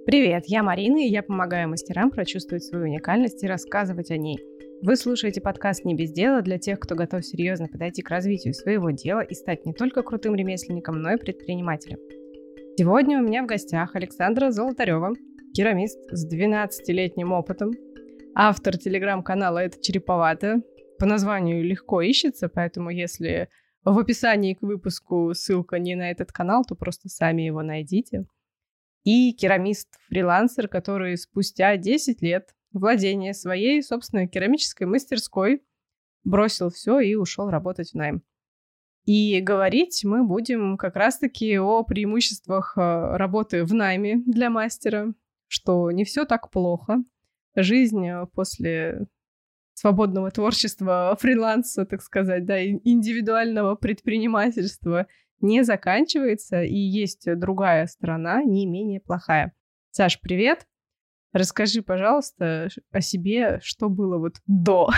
Привет, я Марина, и я помогаю мастерам прочувствовать свою уникальность и рассказывать о ней. Вы слушаете подкаст «Не без дела» для тех, кто готов серьезно подойти к развитию своего дела и стать не только крутым ремесленником, но и предпринимателем. Сегодня у меня в гостях Александра Золотарева, керамист с 12-летним опытом, автор телеграм-канала «Это Череповато». По названию легко ищется, поэтому если в описании к выпуску ссылка не на этот канал, то просто сами его найдите. И керамист-фрилансер, который спустя 10 лет владения своей собственной керамической мастерской бросил все и ушел работать в найм. И говорить мы будем как раз-таки о преимуществах работы в найме для мастера, что не все так плохо. Жизнь после свободного творчества, фриланса, так сказать, да, индивидуального предпринимательства не заканчивается, и есть другая сторона, не менее плохая. Саш, привет! Расскажи, пожалуйста, о себе, что было вот до.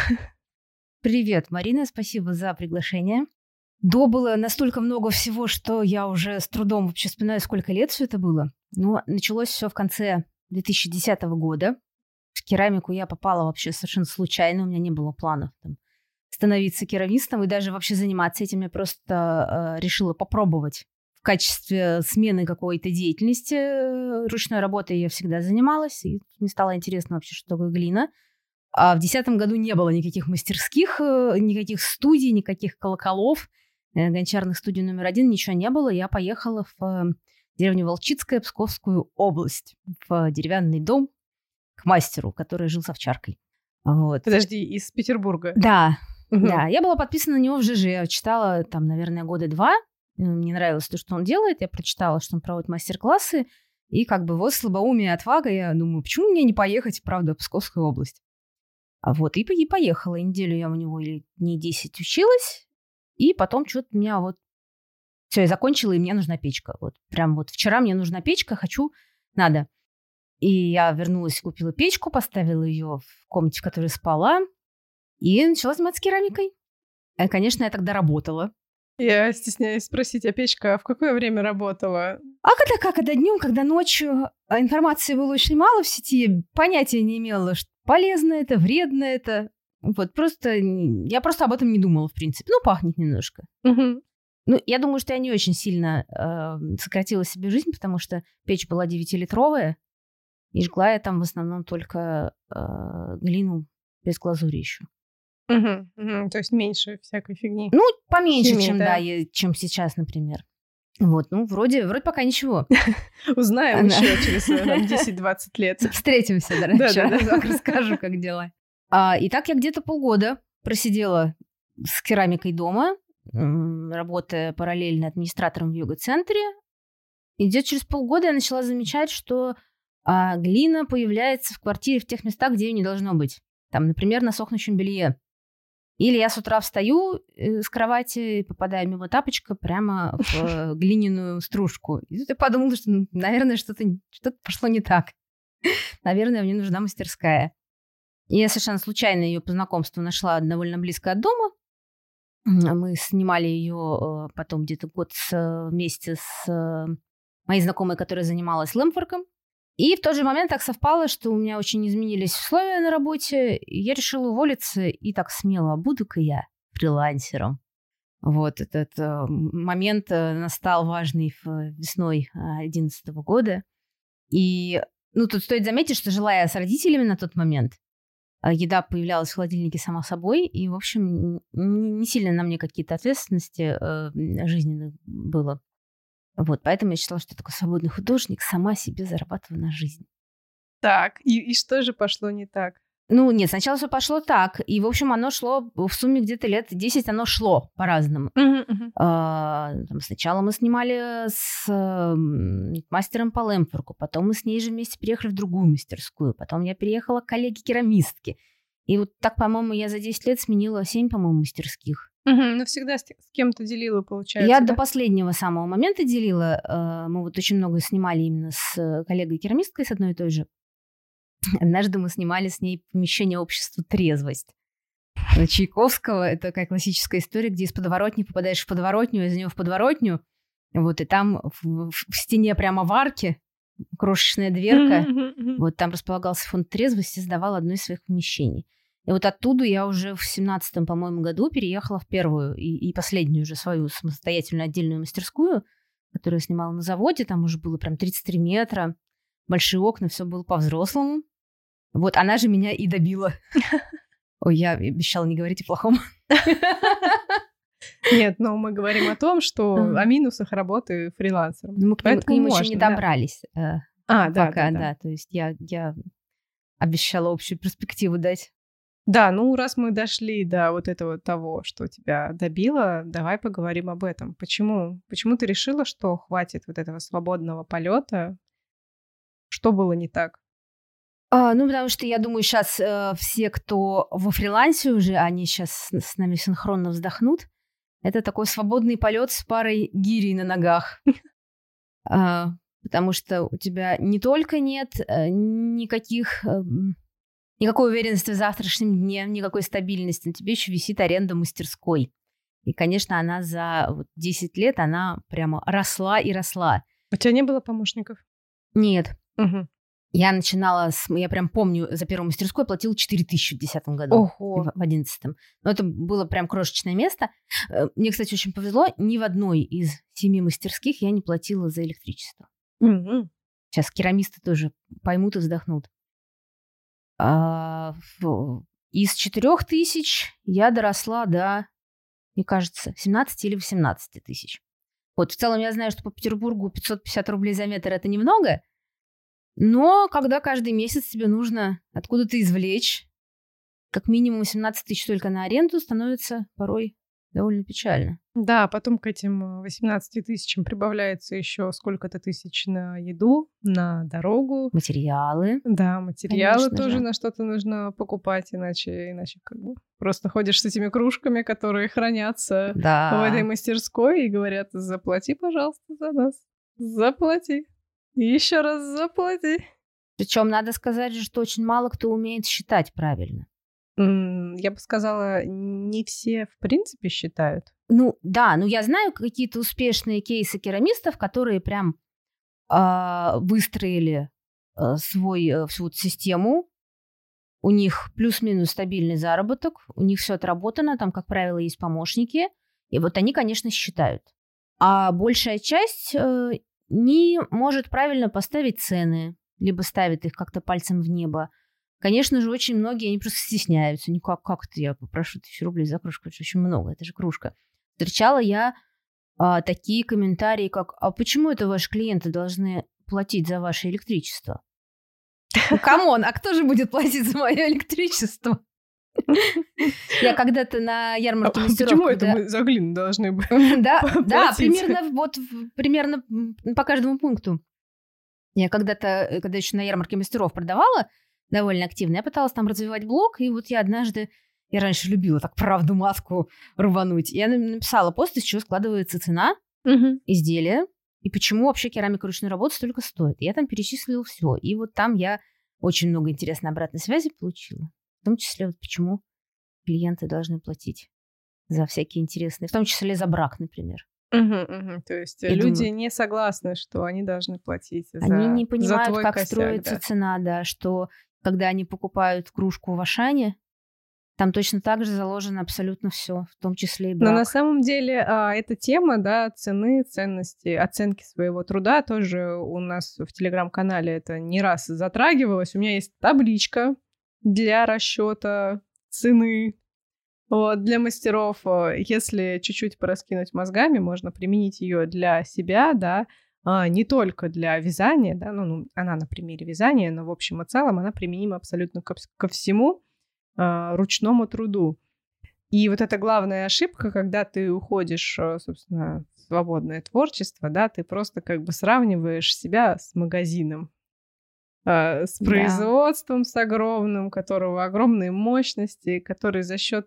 Привет, Марина, спасибо за приглашение. До было настолько много всего, что я уже с трудом вообще вспоминаю, сколько лет все это было. Но началось все в конце 2010 года. В керамику я попала вообще совершенно случайно, у меня не было планов там становиться керамистом и даже вообще заниматься этим. Я просто решила попробовать в качестве смены какой-то деятельности. Ручной работой я всегда занималась, и мне стало интересно вообще, что такое глина. А в 2010 году не было никаких мастерских, никаких студий, никаких колоколов, гончарных студий номер 1, ничего не было. Я поехала в деревню Волчицкая, Псковскую область, в деревянный дом к мастеру, который жил с овчаркой. Вот. Подожди, из Петербурга? Да. Да, я была подписана на него в ЖЖ. Я читала там, наверное, года 2. Мне нравилось то, что он делает. Я прочитала, что он проводит мастер-классы. И как бы вот слабоумие и отвага. Я думаю, почему мне не поехать, правда, в Псковскую область? Вот, и поехала. И неделю я у него или дней 10 училась. И потом что-то у меня вот... Все, я закончила, и мне нужна печка. Вот прям вот вчера мне нужна печка, надо. И я вернулась, купила печку, поставила ее в комнате, в которой спала. И начала заниматься керамикой. Конечно, я тогда работала. Я стесняюсь спросить, а печка в какое время работала? Когда днем, когда ночью. Информации было очень мало в сети. Понятия не имела, что полезно это, вредно это. Вот я просто об этом не думала, в принципе. Пахнет немножко. Угу. Я думаю, что я не очень сильно сократила себе жизнь, потому что печь была 9-литровая. И жгла я там в основном только глину без глазури еще. То есть меньше всякой фигни. Поменьше, чем сейчас, например. Вот, вроде пока ничего. Узнаем еще через 10-20 лет. Встретимся, расскажу, как дела. И так я где-то полгода просидела с керамикой дома, работая параллельно администратором в йога-центре. И где-то через полгода я начала замечать, что глина появляется в квартире в тех местах, где ее не должно быть. Там, например, на сохнущем белье. Или я с утра встаю с кровати и попадаю мимо тапочка прямо в глиняную стружку. И тут я подумала, что, наверное, что-то пошло не так. Наверное, мне нужна мастерская. И я совершенно случайно ее по знакомству нашла довольно близко от дома. Мы снимали ее потом где-то год вместе с моей знакомой, которая занималась лэмпворком. И в тот же момент так совпало, что у меня очень изменились условия на работе. И я решила уволиться и так смело, буду-ка я фрилансером. Вот этот момент настал важный весной 2011 года. И тут стоит заметить, что жила я с родителями на тот момент. Еда появлялась в холодильнике сама собой. И, в общем, не сильно на мне какие-то ответственности жизненных было. Вот, поэтому я считала, что я такой свободный художник, сама себе зарабатываю на жизнь. Так, и что же пошло не так? Нет, сначала все пошло так. И, в общем, оно шло в сумме где-то лет 10, оно шло по-разному. Сначала мы снимали с мастером по лэмпворку, потом мы с ней же вместе переехали в другую мастерскую, потом я переехала к коллеге-керамистке. И вот так, по-моему, я за 10 лет сменила 7, по-моему, мастерских. Всегда с кем-то делила, получается. Я до последнего самого момента делила. Мы вот очень много снимали именно с коллегой-керамисткой, с одной и той же. Однажды мы снимали с ней помещение общества «Трезвость». Чайковского. Это такая классическая история, где из подворотни попадаешь в подворотню, из нее в подворотню. Вот, и там в стене прямо в арке крошечная дверка. Вот там располагался фонд трезвости, сдавал одно из своих помещений. И вот оттуда я уже в 17-м, по-моему, году переехала в первую и последнюю уже свою самостоятельную отдельную мастерскую, которую я снимала на заводе. Там уже было прям 33 метра, большие окна, все было по-взрослому. Вот она же меня и добила. Ой, я обещала не говорить о плохом. Нет, но мы говорим о том, что о минусах работы фрилансером. Мы к ним еще не добрались. Да. То есть я обещала общую перспективу дать. Да, ну раз мы дошли до вот этого того, что тебя добило, давай поговорим об этом. Почему ты решила, что хватит вот этого свободного полета? Что было не так? Потому что я думаю, сейчас все, кто во фрилансе уже, они сейчас с нами синхронно вздохнут. Это такой свободный полет с парой гирей на ногах. Потому что у тебя не только нет никакой уверенности в завтрашнем дне, никакой стабильности, но тебе еще висит аренда мастерской. И, конечно, она за 10 лет, она прямо росла и росла. У тебя не было помощников? Нет. Угу. Я начинала я прям помню, за первую мастерскую платила 4 тысячи в 2010 году. Ого. В 2011. Но это было прям крошечное место. Мне, кстати, очень повезло. Ни в одной из 7 мастерских я не платила за электричество. Угу. Сейчас керамисты тоже поймут и вздохнут. Из 4 тысяч я доросла до, мне кажется, 17 или 18 тысяч. Вот в целом я знаю, что по Петербургу 550 рублей за метр – это немного, но когда каждый месяц тебе нужно откуда-то извлечь как минимум 17 тысяч только на аренду, становится порой довольно печально. Да, потом к этим 18 тысячам прибавляется еще сколько-то тысяч на еду, на дорогу. Материалы. Да, материалы конечно тоже же. на что-то нужно покупать, иначе как бы просто ходишь с этими кружками, которые хранятся в этой мастерской и говорят: заплати, пожалуйста, за нас. Заплати. И еще раз заплати. Причем надо сказать, что очень мало кто умеет считать правильно. Я бы сказала, не все в принципе считают. Я знаю какие-то успешные кейсы керамистов, которые прям выстроили всю эту систему. У них плюс-минус стабильный заработок, у них все отработано, там, как правило, есть помощники. И вот они, конечно, считают. А большая часть не может правильно поставить цены, либо ставит их как-то пальцем в небо. Конечно же, очень многие, они просто стесняются. Как это я попрошу 1000 рублей за кружку? Это очень много, это же кружка. Встречала я такие комментарии, как: а почему это ваши клиенты должны платить за ваше электричество? Камон, а кто же будет платить за мое электричество? Я когда-то на ярмарке мастеров... Почему это мы за глину должны быть? Да, примерно по каждому пункту. Я когда-то, когда еще на ярмарке мастеров продавала, довольно активно, я пыталась там развивать блог, и вот я раньше любила так правду матку рвануть. Я написала пост, из чего складывается цена изделия, и почему вообще керамика ручной работы столько стоит. Я там перечислила все. И вот там я очень много интересной обратной связи получила. В том числе, вот почему клиенты должны платить за всякие интересные, в том числе за брак, например. То есть люди не согласны, что они должны платить за твой косяк. Они не понимают, как строится цена, да, что когда они покупают кружку в Ашане, там точно так же заложено абсолютно все, в том числе и брак. Но на самом деле эта тема, да, цены, ценности, оценки своего труда тоже у нас в Телеграм-канале это не раз затрагивалось. У меня есть табличка для расчета цены. Вот, для мастеров, если чуть-чуть пораскинуть мозгами, можно применить ее для себя, да, не только для вязания, да, она на примере вязания, но в общем и целом она применима абсолютно ко всему ручному труду. И вот это главная ошибка, когда ты уходишь, собственно, в свободное творчество, да, ты просто как бы сравниваешь себя с магазином, с производством, с огромным, у которого огромные мощности, который за счет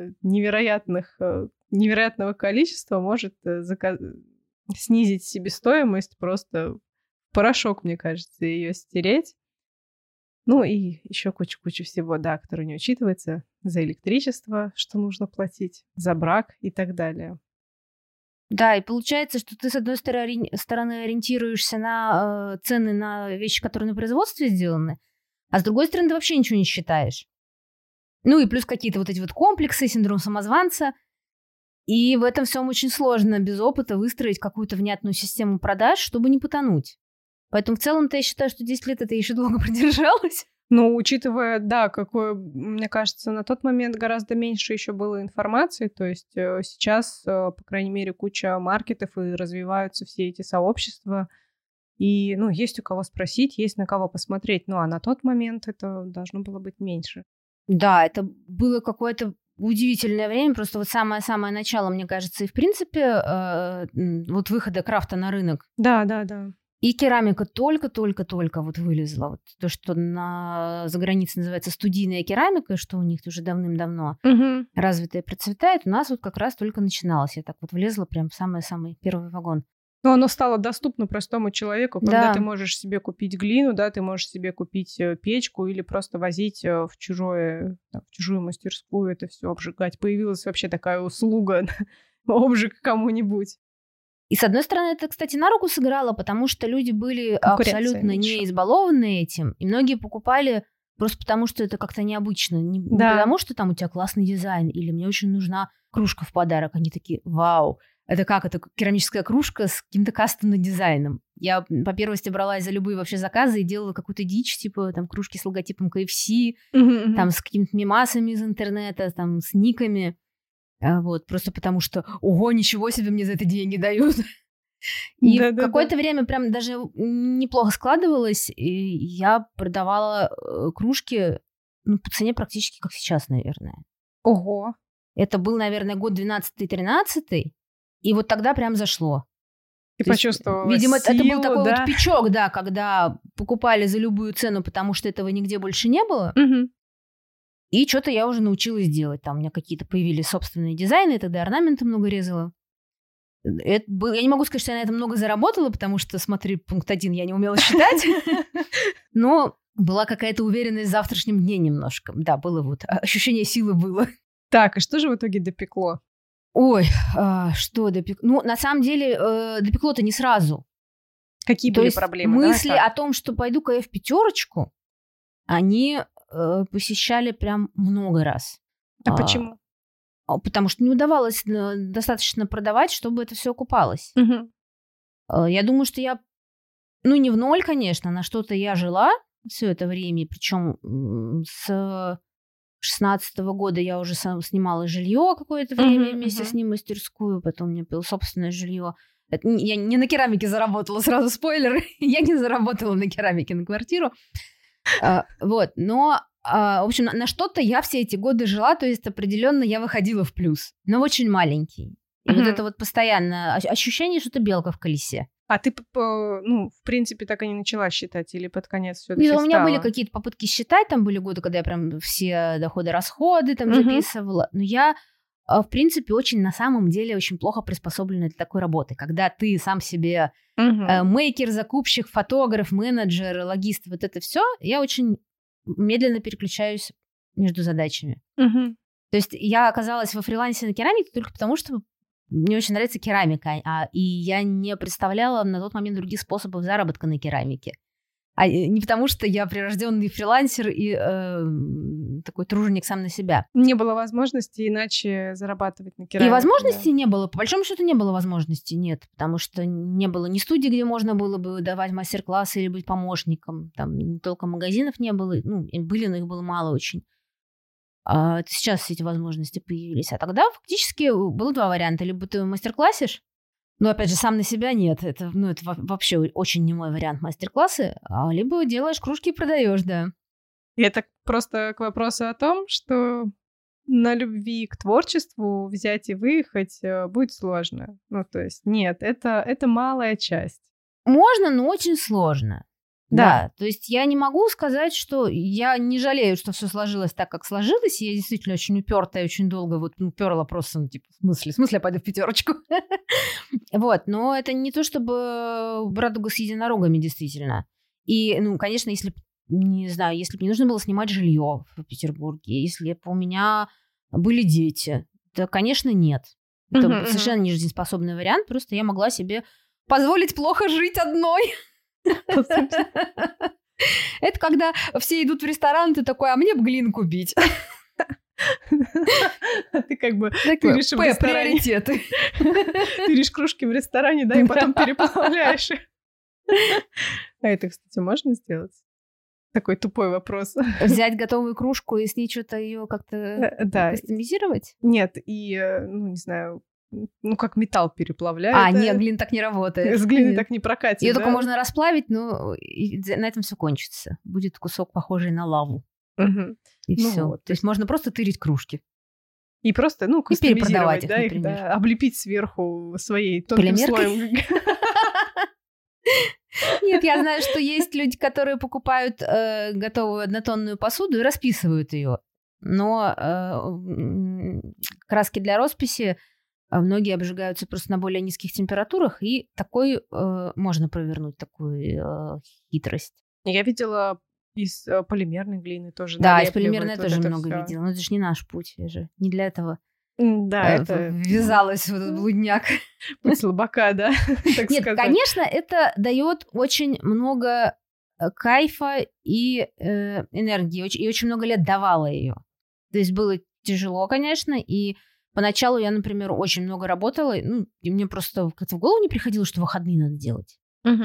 невероятного количества может снизить себестоимость, просто в порошок, мне кажется, ее стереть. Ну и еще куча всего, да, которое не учитывается. За электричество, что нужно платить, за брак и так далее. Да, и получается, что ты, с одной стороны, ориентируешься на цены на вещи, которые на производстве сделаны, а с другой стороны, ты вообще ничего не считаешь. Ну и плюс какие-то вот эти вот комплексы, синдром самозванца. И в этом всем очень сложно без опыта выстроить какую-то внятную систему продаж, чтобы не потонуть. Поэтому в целом-то я считаю, что 10 лет это еще долго продержалось. Ну, учитывая, да, какое, мне кажется, на тот момент гораздо меньше еще было информации, то есть сейчас, по крайней мере, куча маркетов, и развиваются все эти сообщества, и, ну, есть у кого спросить, есть на кого посмотреть, ну, а на тот момент это должно было быть меньше. Да, это было какое-то удивительное время, просто вот самое-самое начало, мне кажется, и в принципе вот выхода крафта на рынок. Да. И керамика только-только-только вот вылезла. Вот то, что за границей называется студийная керамика, что у них уже давным-давно развитая процветает, у нас вот как раз только начиналось. Я так вот влезла прям в самый-самый первый вагон. Но оно стало доступно простому человеку, когда ты можешь себе купить глину, да, ты можешь себе купить печку или просто возить в чужую мастерскую это все обжигать. Появилась вообще такая услуга обжиг кому-нибудь. И, с одной стороны, это, кстати, на руку сыграло, потому что люди были абсолютно не избалованы этим, и многие покупали просто потому, что это как-то необычно. Не потому, что там у тебя классный дизайн, или мне очень нужна кружка в подарок. Они такие, вау, это как? Это керамическая кружка с каким-то кастомным дизайном. Я по первости бралась за любые вообще заказы и делала какую-то дичь, типа там кружки с логотипом KFC, там с какими-то мемасами из интернета, там с никами. Вот, просто потому что, ого, ничего себе, мне за это деньги дают. И в какое-то время прям даже неплохо складывалось, и я продавала кружки по цене практически как сейчас, наверное. Ого. Это был, наверное, год 12-13, и вот тогда прям зашло. Ты почувствовала видимо, силу, это был такой вот пичок, да, когда покупали за любую цену, потому что этого нигде больше не было. И что-то я уже научилась делать. Там у меня какие-то появились собственные дизайны, тогда орнаменты много резала. Я не могу сказать, что я на этом много заработала, потому что, смотри, пункт 1, я не умела считать. Но была какая-то уверенность в завтрашнем дне немножко. Да, было вот. Ощущение силы было. Так, и что же в итоге допекло? Ой, что допекло? Ну, на самом деле, допекло-то не сразу. Какие были проблемы? Мысли о том, что пойду-ка я в 5, они посещали прям много раз. А почему? Потому что не удавалось достаточно продавать, чтобы это все окупалось. Я думаю, что я, не в ноль, конечно, на что-то я жила все это время, причем с 16-го года я уже снимала жилье какое-то время вместе с ним, мастерскую, потом у меня было собственное жилье. Я не на керамике заработала, сразу спойлер, я не заработала на керамике на квартиру. Вот, но, в общем, на что-то я все эти годы жила, то есть определенно я выходила в плюс, но очень маленький. И вот это вот постоянно ощущение, что ты белка в колесе. А ты, в принципе, так и не начала считать или под конец все-таки у меня были какие-то попытки считать, там были годы, когда я прям все доходы-расходы там записывала, но я, в принципе, на самом деле, очень плохо приспособлена для такой работы, когда ты сам себе мейкер, закупщик, фотограф, менеджер, логист, вот это все, я очень медленно переключаюсь между задачами. То есть я оказалась во фрилансе на керамике только потому, что мне очень нравится керамика, и я не представляла на тот момент других способов заработка на керамике. А не потому, что я прирожденный фрилансер и такой труженик сам на себя. Не было возможности иначе зарабатывать на керамике. И возможности не было. По большому счету не было возможности, нет. Потому что не было ни студии, где можно было бы давать мастер-классы или быть помощником. Там не только магазинов не было. Были, но их было мало очень. А сейчас все эти возможности появились. А тогда фактически было 2 варианта. Либо ты мастер-классишь, но, опять же, сам на себя нет. Это вообще очень не мой вариант мастер-классы. Либо делаешь кружки и продаешь, да. И это просто к вопросу о том, что на любви к творчеству взять и выехать будет сложно. То есть нет, это малая часть. Можно, но очень сложно. Да, то есть я не могу сказать, что я не жалею, что все сложилось так, как сложилось. Я действительно очень упертая, очень долго уперла просто, в смысле я пойду в 5. Вот, но это не то, чтобы радуга с единорогами, действительно. И, конечно, если бы мне нужно было снимать жилье в Петербурге, если бы у меня были дети, то, конечно, нет. Это совершенно не жизнеспособный вариант, просто я могла себе позволить плохо жить одной. Это когда все идут в ресторан, ты такой, а мне бы глин купить. Ты как бы тыришь в ресторане. Приоритеты. Тыришь кружки в ресторане, да, и потом переплавляешь. А это, кстати, можно сделать? Такой тупой вопрос. Взять готовую кружку и с ней что-то ее как-то кастомизировать? Нет, и, ну, не знаю, ну, как металл переплавляют. Нет, глин так не работает. С глиной так не прокатит, ее только можно расплавить, но на этом все кончится. Будет кусок, похожий на лаву. И все. Вот. То есть можно просто тырить кружки. И просто, ну, кастомизировать их, да, например. Да, облепить сверху своей тонким слоем. Нет, я знаю, что есть люди, которые покупают готовую однотонную посуду и расписывают ее. Но краски для росписи многие обжигаются просто на более низких температурах, и можно провернуть такую хитрость. Я видела из полимерной глины тоже. Да, из полимерной я тоже много видела. Но это же не наш путь, я же не для этого. Да, это ввязалась в этот блудняк. Путь слабака, да? Нет, конечно, это дает очень много кайфа и энергии, и очень много лет давала ее. То есть было тяжело, конечно, и поначалу я, например, очень много работала, ну, и мне просто как-то в голову не приходило, что выходные надо делать.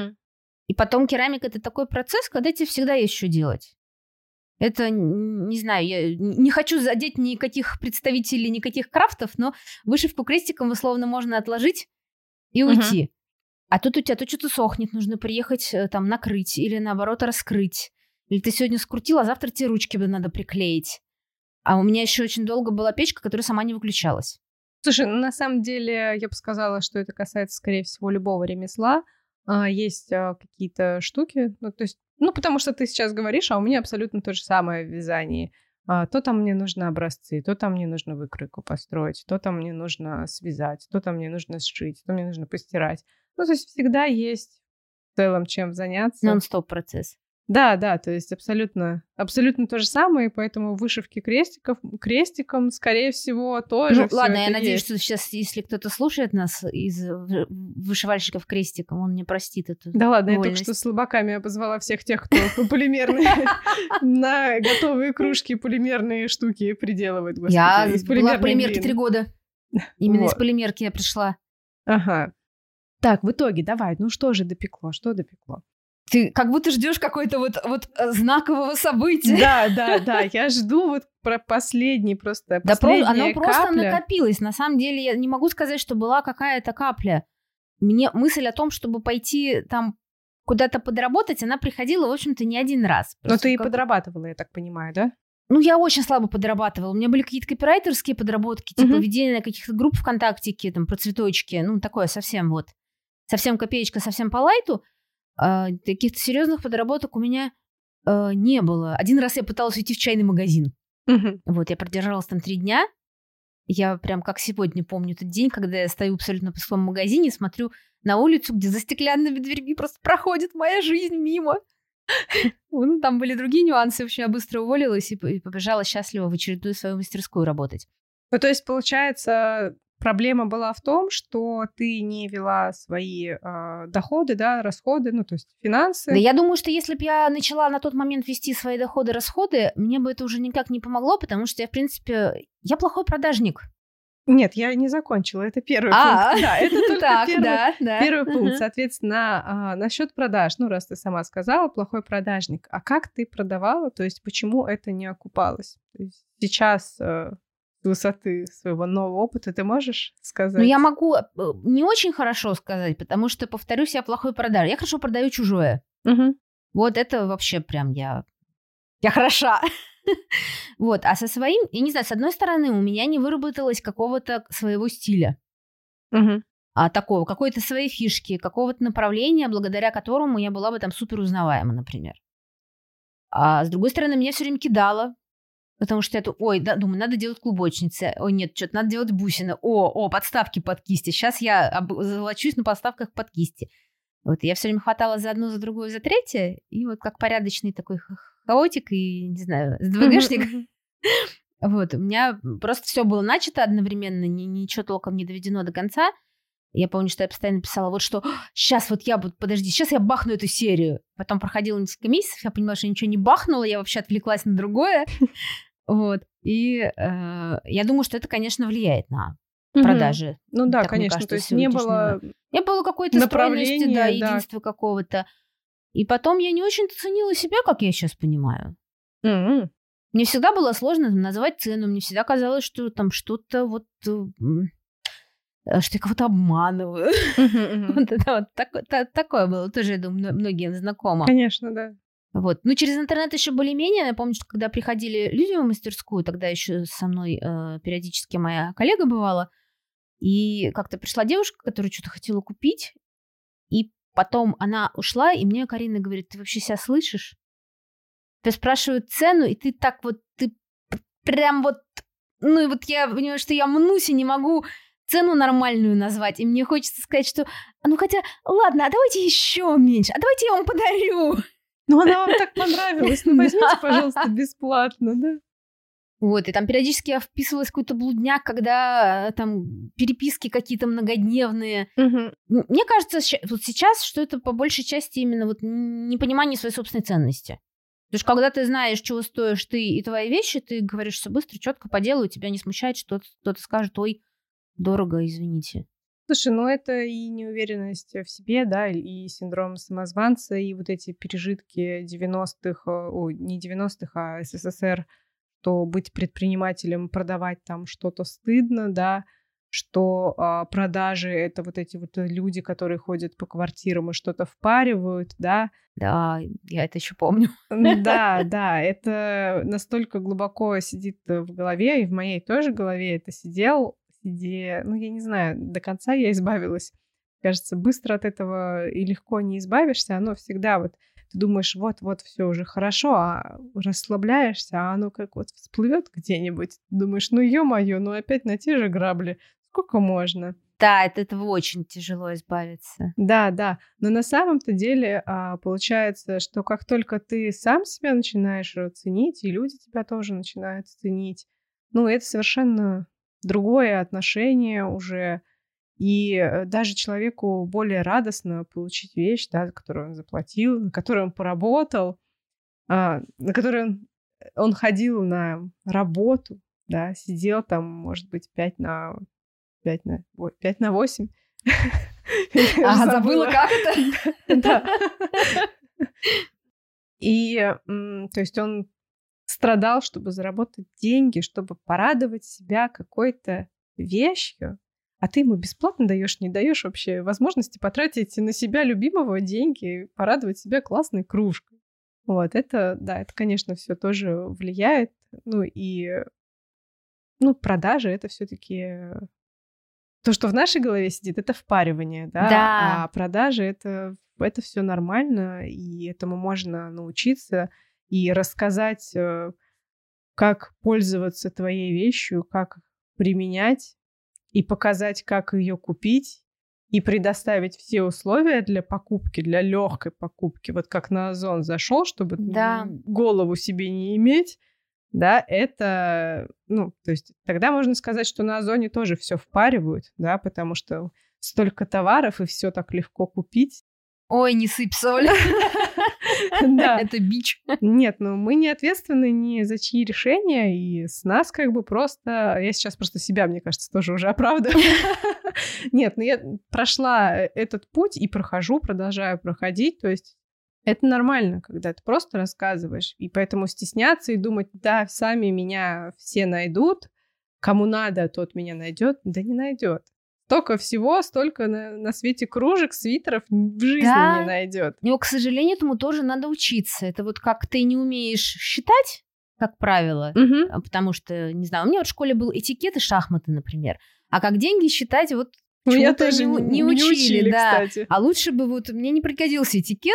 И потом керамика — это такой процесс, когда тебе всегда есть что делать. Это, не знаю, я не хочу задеть никаких представителей, никаких крафтов, но вышивку крестиком условно можно отложить и уйти. А тут у тебя то что-то сохнет, нужно приехать там накрыть или наоборот раскрыть. Или ты сегодня скрутил, а завтра тебе ручки надо приклеить. А у меня еще очень долго была печка, которая сама не выключалась. Слушай, ну на самом деле я бы сказала, что это касается, скорее всего, любого ремесла. Есть какие-то штуки, ну, то есть, ну, потому что ты сейчас говоришь, а у меня абсолютно то же самое в вязании. То там мне нужно образцы, то там мне нужно выкройку построить, то там мне нужно связать, то там мне нужно сшить, то мне нужно постирать. Ну, то есть всегда есть в целом чем заняться. Нон-стоп процесс. Да, то есть абсолютно то же самое, и поэтому вышивки крестиком, скорее всего, тоже. Ну, ладно, я надеюсь, что сейчас, если кто-то слушает нас из вышивальщиков крестиком, он не простит эту Да ладно, вольность. Я только что слабаками обозвала всех тех, кто полимерные на готовые кружки полимерные штуки приделывает. Я была в полимерке 3 года. Именно из полимерки я пришла. Ага. Так, в итоге, давай, ну что же допекло? Что допекло? Ты как будто ждешь какой-то вот знакового события. Да, я жду вот про последний просто оно просто накопилось. На самом деле я не могу сказать, что была какая-то капля. Мне мысль о том, чтобы пойти там куда-то подработать, она приходила, в общем-то, не один раз. Но ты и подрабатывала, я так понимаю, да? Ну, я очень слабо подрабатывала. У меня были какие-то копирайтерские подработки, типа ведение каких-то групп ВКонтактике, там, про цветочки. Ну, такое совсем копеечка, совсем по лайту. Каких-то серьезных подработок у меня не было. Один раз я пыталась уйти в чайный магазин. Вот, я продержалась там 3 дня. Я прям как сегодня помню тот день, когда я стою абсолютно в пустом магазине, смотрю на улицу, где за стеклянными дверьми просто проходит моя жизнь мимо. Ну, там были другие нюансы. В общем, я быстро уволилась и побежала счастливо в очередную свою мастерскую работать. Ну, то есть, получается, проблема была в том, что ты не вела свои доходы, да, расходы, ну, то есть финансы. Да, я думаю, что если бы я начала на тот момент вести свои доходы, расходы, мне бы это уже никак не помогло, потому что я, в принципе, я плохой продажник. Нет, я не закончила. Это первый пункт. Да, это только первый пункт. Соответственно, насчет продаж, ну, раз ты сама сказала, плохой продажник. А как ты продавала? То есть почему это не окупалось? То есть сейчас с высоты своего нового опыта ты можешь сказать? Ну, я могу не очень хорошо сказать, потому что, повторюсь, я плохой продажник. Я хорошо продаю чужое. Вот это вообще прям я хороша. Вот, а со своим, я не знаю, с одной стороны, у меня не выработалось какого-то своего стиля, такого, какой-то своей фишки, какого-то направления, благодаря которому я была бы там супер узнаваема, например. А с другой стороны, меня все время кидало, потому что я думаю, надо делать клубочницы, нет, что-то надо делать бусины, подставки под кисти, сейчас я золочусь на подставках под кисти. Вот, я все время хватала за одну, за другую, за третье, и вот как порядочный такой хаотик и, не знаю, СДВГшник, Вот, у меня просто все было начато одновременно, ничего толком не доведено до конца. Я помню, что я постоянно писала, вот что сейчас вот я буду, подожди, сейчас я бахну эту серию. Потом проходило несколько месяцев, я поняла, что я ничего не бахнула, я вообще отвлеклась на другое. Вот. И я думаю, что это, конечно, влияет на продажи. Ну да, так, конечно, кажется, то есть не было какой-то стройности, да, единства какого-то. И потом я не очень ценила себя, как я сейчас понимаю. Мне всегда было сложно назвать цену, мне всегда казалось, что там что-то вот... что я кого-то обманываю. Вот это вот такое было. Тоже, я думаю, многим знакомо. Конечно, да. Вот. Ну, через интернет еще более-менее. Я помню, что когда приходили люди в мастерскую, тогда еще со мной периодически моя коллега бывала, и как-то пришла девушка, которая что-то хотела купить, и потом она ушла, и мне Карина говорит, ты вообще себя слышишь? Тебя спрашивают цену, и ты так вот, ты прям вот... Ну, и вот я понимаю, что я мнусь и не могу цену нормальную назвать, и мне хочется сказать, что, ну, хотя, ладно, а давайте еще меньше, а давайте я вам подарю. Ну, она вам так понравилась, ну, возьмите, пожалуйста, бесплатно, да? Вот, и там периодически я вписывалась в какой-то блудняк, когда там переписки какие-то многодневные. Мне кажется, вот сейчас, что это по большей части именно вот непонимание своей собственной ценности. Потому что когда ты знаешь, чего стоишь ты и твои вещи, ты говоришь все быстро, четко по делу, и тебя не смущает, что кто-то скажет, ой, дорого, извините. Слушай, ну это и неуверенность в себе, да, и синдром самозванца, и вот эти пережитки 90-х, не 90-х, а СССР, что быть предпринимателем, продавать там что-то стыдно, да, что продажи — это вот эти вот люди, которые ходят по квартирам и что-то впаривают, да. Да, я это еще помню. Да, да, это настолько глубоко сидит в голове, и в моей тоже голове это сидело, ну, я не знаю, до конца я избавилась. Кажется, быстро от этого и легко не избавишься, оно всегда вот, ты думаешь, вот все уже хорошо, а расслабляешься, а оно как вот всплывет где-нибудь, думаешь, ну, ё-моё, ну, опять на те же грабли, сколько можно? Да, от этого очень тяжело избавиться. Да, да, но на самом-то деле получается, что как только ты сам себя начинаешь ценить, и люди тебя тоже начинают ценить, ну, это совершенно другое отношение уже, и даже человеку более радостно получить вещь, да, за которую он заплатил, на которую он поработал, на которую он ходил на работу, да, сидел там, может быть, 5 на 8. Забыла, как это? Да. И, то есть он страдал, чтобы заработать деньги, чтобы порадовать себя какой-то вещью, а ты ему бесплатно даешь, не даешь вообще возможности потратить на себя любимого деньги, порадовать себя классной кружкой. Вот, это, да, это, конечно, все тоже влияет. Ну, и, продажи — это все-таки то, что в нашей голове сидит, это впаривание, да? Да. А продажи — это все нормально, и этому можно научиться и рассказать, как пользоваться твоей вещью, как применять, и показать, как ее купить, и предоставить все условия для покупки, для легкой покупки. Вот как на Озон зашел, чтобы голову себе не иметь, да, это, то есть тогда можно сказать, что на Озоне тоже все впаривают, да, потому что столько товаров, и все так легко купить. Ой, не сыпь соль. Да. Это бич. Нет, мы не ответственны ни за чьи решения, и с нас как бы просто... Я сейчас просто себя, мне кажется, тоже уже оправдываю. Нет, я прошла этот путь и продолжаю проходить, то есть это нормально, когда ты просто рассказываешь, и поэтому стесняться и думать, да, сами меня все найдут, кому надо, тот меня найдет, да не найдет. Столько всего, столько на свете кружек, свитеров в жизни не найдет. Но, к сожалению, этому тоже надо учиться. Это вот как ты не умеешь считать, как правило, потому что, не знаю, у меня вот в школе был этикет и шахматы, например. А как деньги считать, вот меня тоже не учили, да. Кстати. А лучше бы вот мне не пригодился этикет.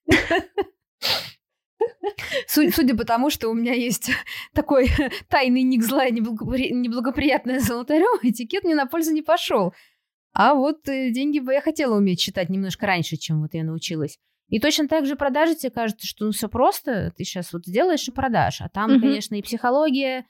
Судя по тому, что у меня есть такой тайный ник зла и неблагоприятное золотарёво, этикет мне на пользу не пошел. А вот деньги бы я хотела уметь считать немножко раньше, чем вот я научилась. И точно так же продажи, тебе кажется, что все просто, ты сейчас вот сделаешь и продашь. А там, конечно, и психология,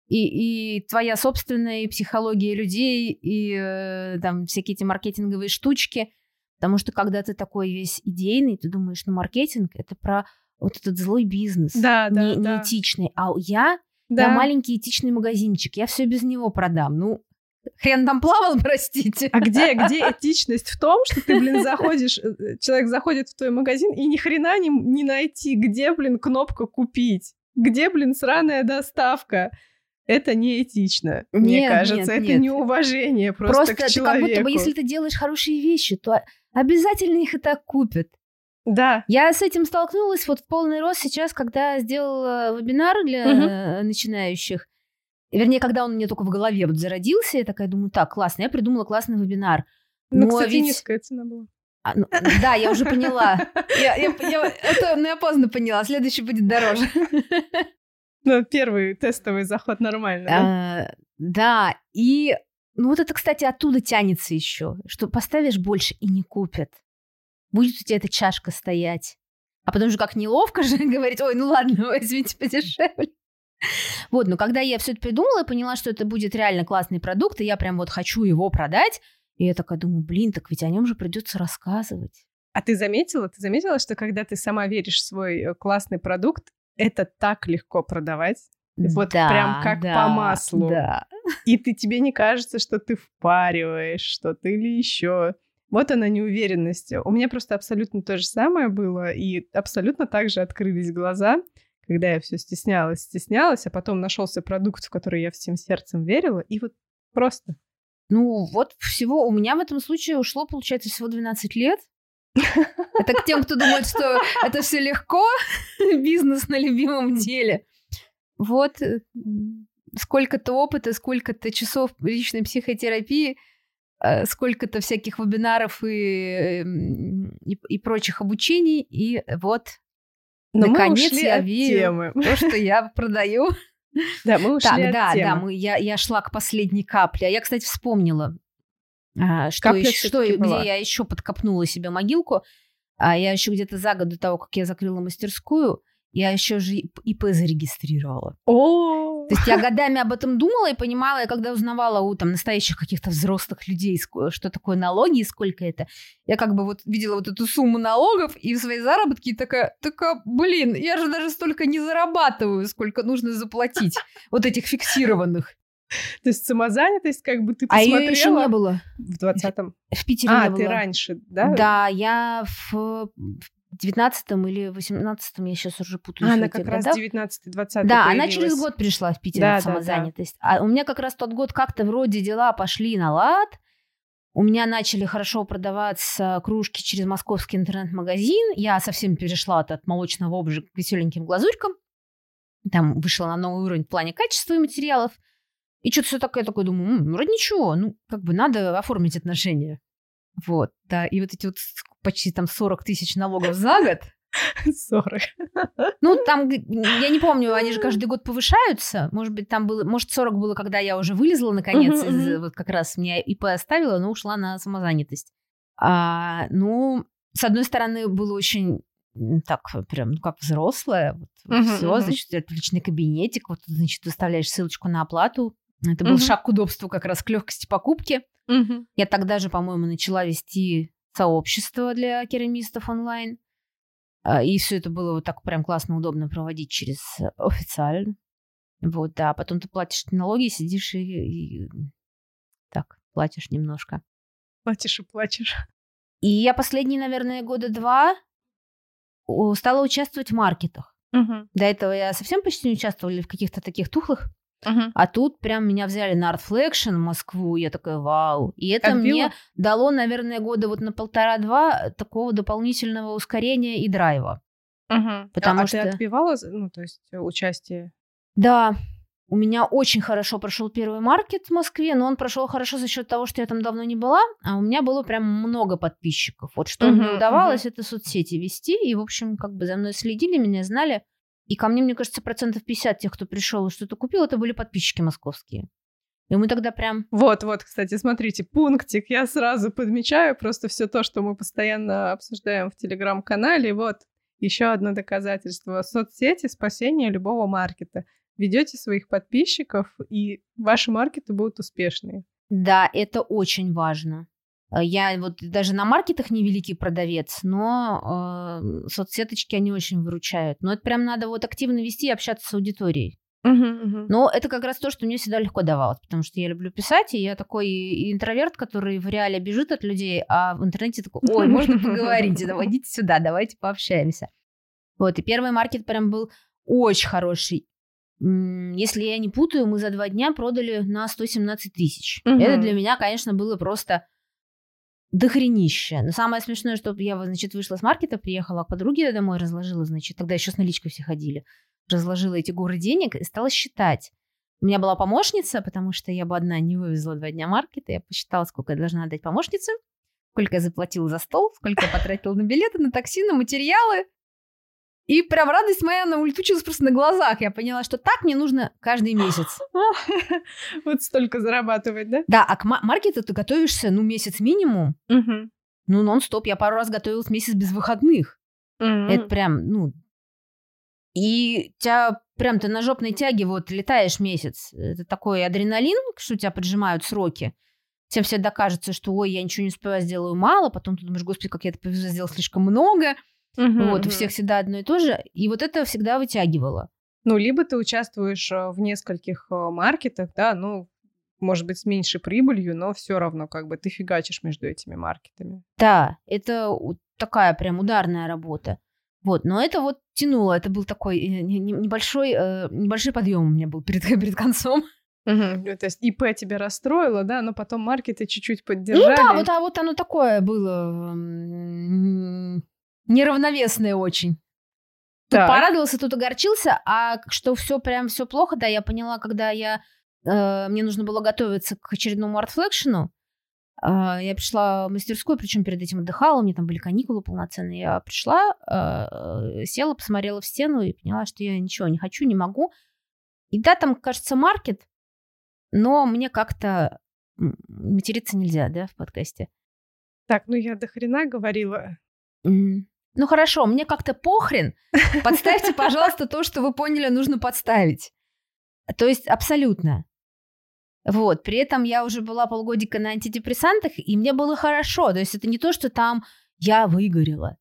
и твоя собственная, и психология людей, и там всякие эти маркетинговые штучки. Потому что когда ты такой весь идейный, ты думаешь, маркетинг — это про вот этот злой бизнес, неэтичный. А я маленький этичный магазинчик, я все без него продам. Хрен там плавал, простите. А где этичность в том, что ты, заходишь, человек заходит в твой магазин и ни хрена не найти, где, кнопка «Купить», где, сраная доставка. Это не этично, мне кажется. Это неуважение просто к человеку. Как будто бы, если ты делаешь хорошие вещи, то обязательно их и так купят. Да. Я с этим столкнулась в полный рост сейчас, когда сделала вебинар для начинающих. Вернее, когда он мне только в голове зародился, я такая думаю, так, классно, я придумала классный вебинар. Кстати, низкая цена была. Да, я уже поняла. Я поздно поняла, следующий будет дороже. Первый тестовый заход нормально, да? Да, и это, кстати, оттуда тянется еще, что поставишь больше и не купят. Будет у тебя эта чашка стоять. А потом же как неловко же говорить, ой, ладно, возьмите подешевле. Но когда я все это придумала и поняла, что это будет реально классный продукт, и я прям хочу его продать, и я такая думаю, так ведь о нем же придется рассказывать. А ты заметила, что когда ты сама веришь в свой классный продукт, это так легко продавать? Прям как по маслу. Да. И тебе не кажется, что ты впариваешь что-то или еще. Вот она неуверенность. У меня просто абсолютно то же самое было, и абсолютно так же открылись глаза, когда я все стеснялась, а потом нашелся продукт, в который я всем сердцем верила, и просто. Всего у меня в этом случае ушло, получается, всего 12 лет. Это к тем, кто думает, что это все легко, бизнес на любимом деле. Сколько-то опыта, сколько-то часов личной психотерапии, сколько-то всяких вебинаров и прочих обучений, и наконец я верю в то, что я продаю. Да, мы ушли от темы. Да, я шла к последней капле. А я, кстати, вспомнила, где я еще подкопнула себе могилку. Я еще где-то за год до того, как я закрыла мастерскую, я еще же ИП зарегистрировала. То есть я годами об этом думала и понимала, я когда узнавала у настоящих каких-то взрослых людей, что такое налоги и сколько это, я видела эту сумму налогов и в своей заработке и такая, я же даже столько не зарабатываю, сколько нужно заплатить этих фиксированных. То есть самозанятость, ты посмотрела? А ее еще не было. В 20-м? В Питере не было. Ты раньше, да? Да, я в 19-м или 18-м, я сейчас уже путаюсь. Она как раз 19-20 Да, она через год пришла в Питер, самозанятость. Да. А у меня как раз тот год как-то вроде дела пошли на лад. У меня начали хорошо продаваться кружки через московский интернет-магазин. Я совсем перешла от молочного обжига к веселеньким глазурькам. Там вышла на новый уровень в плане качества и материалов. И что-то все такое думаю, вроде ничего, надо оформить отношения. Да, и эти почти 40 тысяч налогов за год. 40. Там, я не помню, они же каждый год повышаются. Может быть, там было, 40 было, когда я уже вылезла, наконец, как раз меня ИП оставила, но ушла на самозанятость. С одной стороны, было очень так прям, как взрослая. Все, значит, это личный кабинетик, значит, выставляешь ссылочку на оплату. Это был шаг к удобству как раз, к легкости покупки. Я тогда же, по-моему, начала вести сообщество для керамистов онлайн. И все это было так прям классно, удобно проводить через официально. Да. Потом ты платишь налоги, сидишь и так, платишь немножко. Платишь и плачешь. И я последние, наверное, 2 года стала участвовать в маркетах. До этого я совсем почти не участвовала в каких-то таких тухлых. А тут прям меня взяли на ArtFlexion в Москву, я такая, вау. И это мне дало, наверное, года на 1,5-2 такого дополнительного ускорения и драйва. Потому что... ты отбивала, то есть участие? Да, у меня очень хорошо прошел первый маркет в Москве, но он прошел хорошо за счет того, что я там давно не была, а у меня было прям много подписчиков. Что мне удавалось, это соцсети вести, и, в общем, за мной следили, меня знали. И ко мне, мне кажется, 50% тех, кто пришел и что-то купил, это были подписчики московские. И мы тогда прям... Кстати, смотрите, пунктик. Я сразу подмечаю просто все то, что мы постоянно обсуждаем в Телеграм-канале. Еще одно доказательство. Соцсети — спасение любого маркета. ведете своих подписчиков, и ваши маркеты будут успешные. Да, это очень важно. Я вот даже на маркетах не великий продавец, но соцсеточки, они очень выручают. Но это прям надо вот активно вести и общаться с аудиторией. Но это как раз то, что мне всегда легко давалось, потому что я люблю писать, и я такой интроверт, который в реале бежит от людей, а в интернете такой: ой, можно поговорить, идите сюда, давайте пообщаемся. Вот, и первый маркет прям был очень хороший. Если я не путаю, мы за 2 дня продали на 117 тысяч. Это для меня, конечно, было просто дохренище. Но самое смешное, что я, значит, вышла с маркета, приехала к подруге домой, разложила, значит, тогда еще с наличкой все ходили, разложила эти горы денег и стала считать. У меня была помощница, потому что я бы одна не вывезла 2 дня маркета. Я посчитала, сколько я должна отдать помощнице, сколько я заплатила за стол, сколько я потратила на билеты, на такси, на материалы. И прям радость моя, она улетучилась просто на глазах. Я поняла, что так мне нужно каждый месяц. Вот столько зарабатывать, да? Да, а к маркету ты готовишься, месяц минимум. Нон-стоп. Я пару раз готовилась месяц без выходных. Это прям, И тебя прям ты на жопной тяге вот летаешь месяц. Это такой адреналин, что у тебя поджимают сроки. Тебе всегда кажется, что ой, я ничего не успеваю, сделаю мало. Потом ты думаешь: господи, как я это повезло, сделал слишком много. Вот, у всех всегда одно и то же. И вот это всегда вытягивало. Либо ты участвуешь в нескольких маркетах, да, может быть, с меньшей прибылью, но все равно как бы ты фигачишь между этими маркетами. Да, это такая прям ударная работа. Вот, но это вот тянуло. Это был такой небольшой подъем у меня был перед концом. То есть ИП тебя расстроило, да, но потом маркеты чуть-чуть поддержали. Да, вот оно такое было неравновесное очень. Тут порадовался, тут огорчился, а что все плохо, да, я поняла, когда мне нужно было готовиться к очередному артфлэкшену. Я пришла в мастерскую, причем перед этим отдыхала, у меня там были каникулы полноценные. Я пришла, села, посмотрела в стену и поняла, что я ничего не хочу, не могу. И да, там, кажется, маркет, но мне как-то материться нельзя, да, в подкасте. Так, я до хрена говорила. Хорошо, мне как-то похрен. Подставьте, пожалуйста, то, что вы поняли, нужно подставить. То есть абсолютно. Вот, при этом я уже была полгодика на антидепрессантах, и мне было хорошо. То есть это не то, что там я выгорела.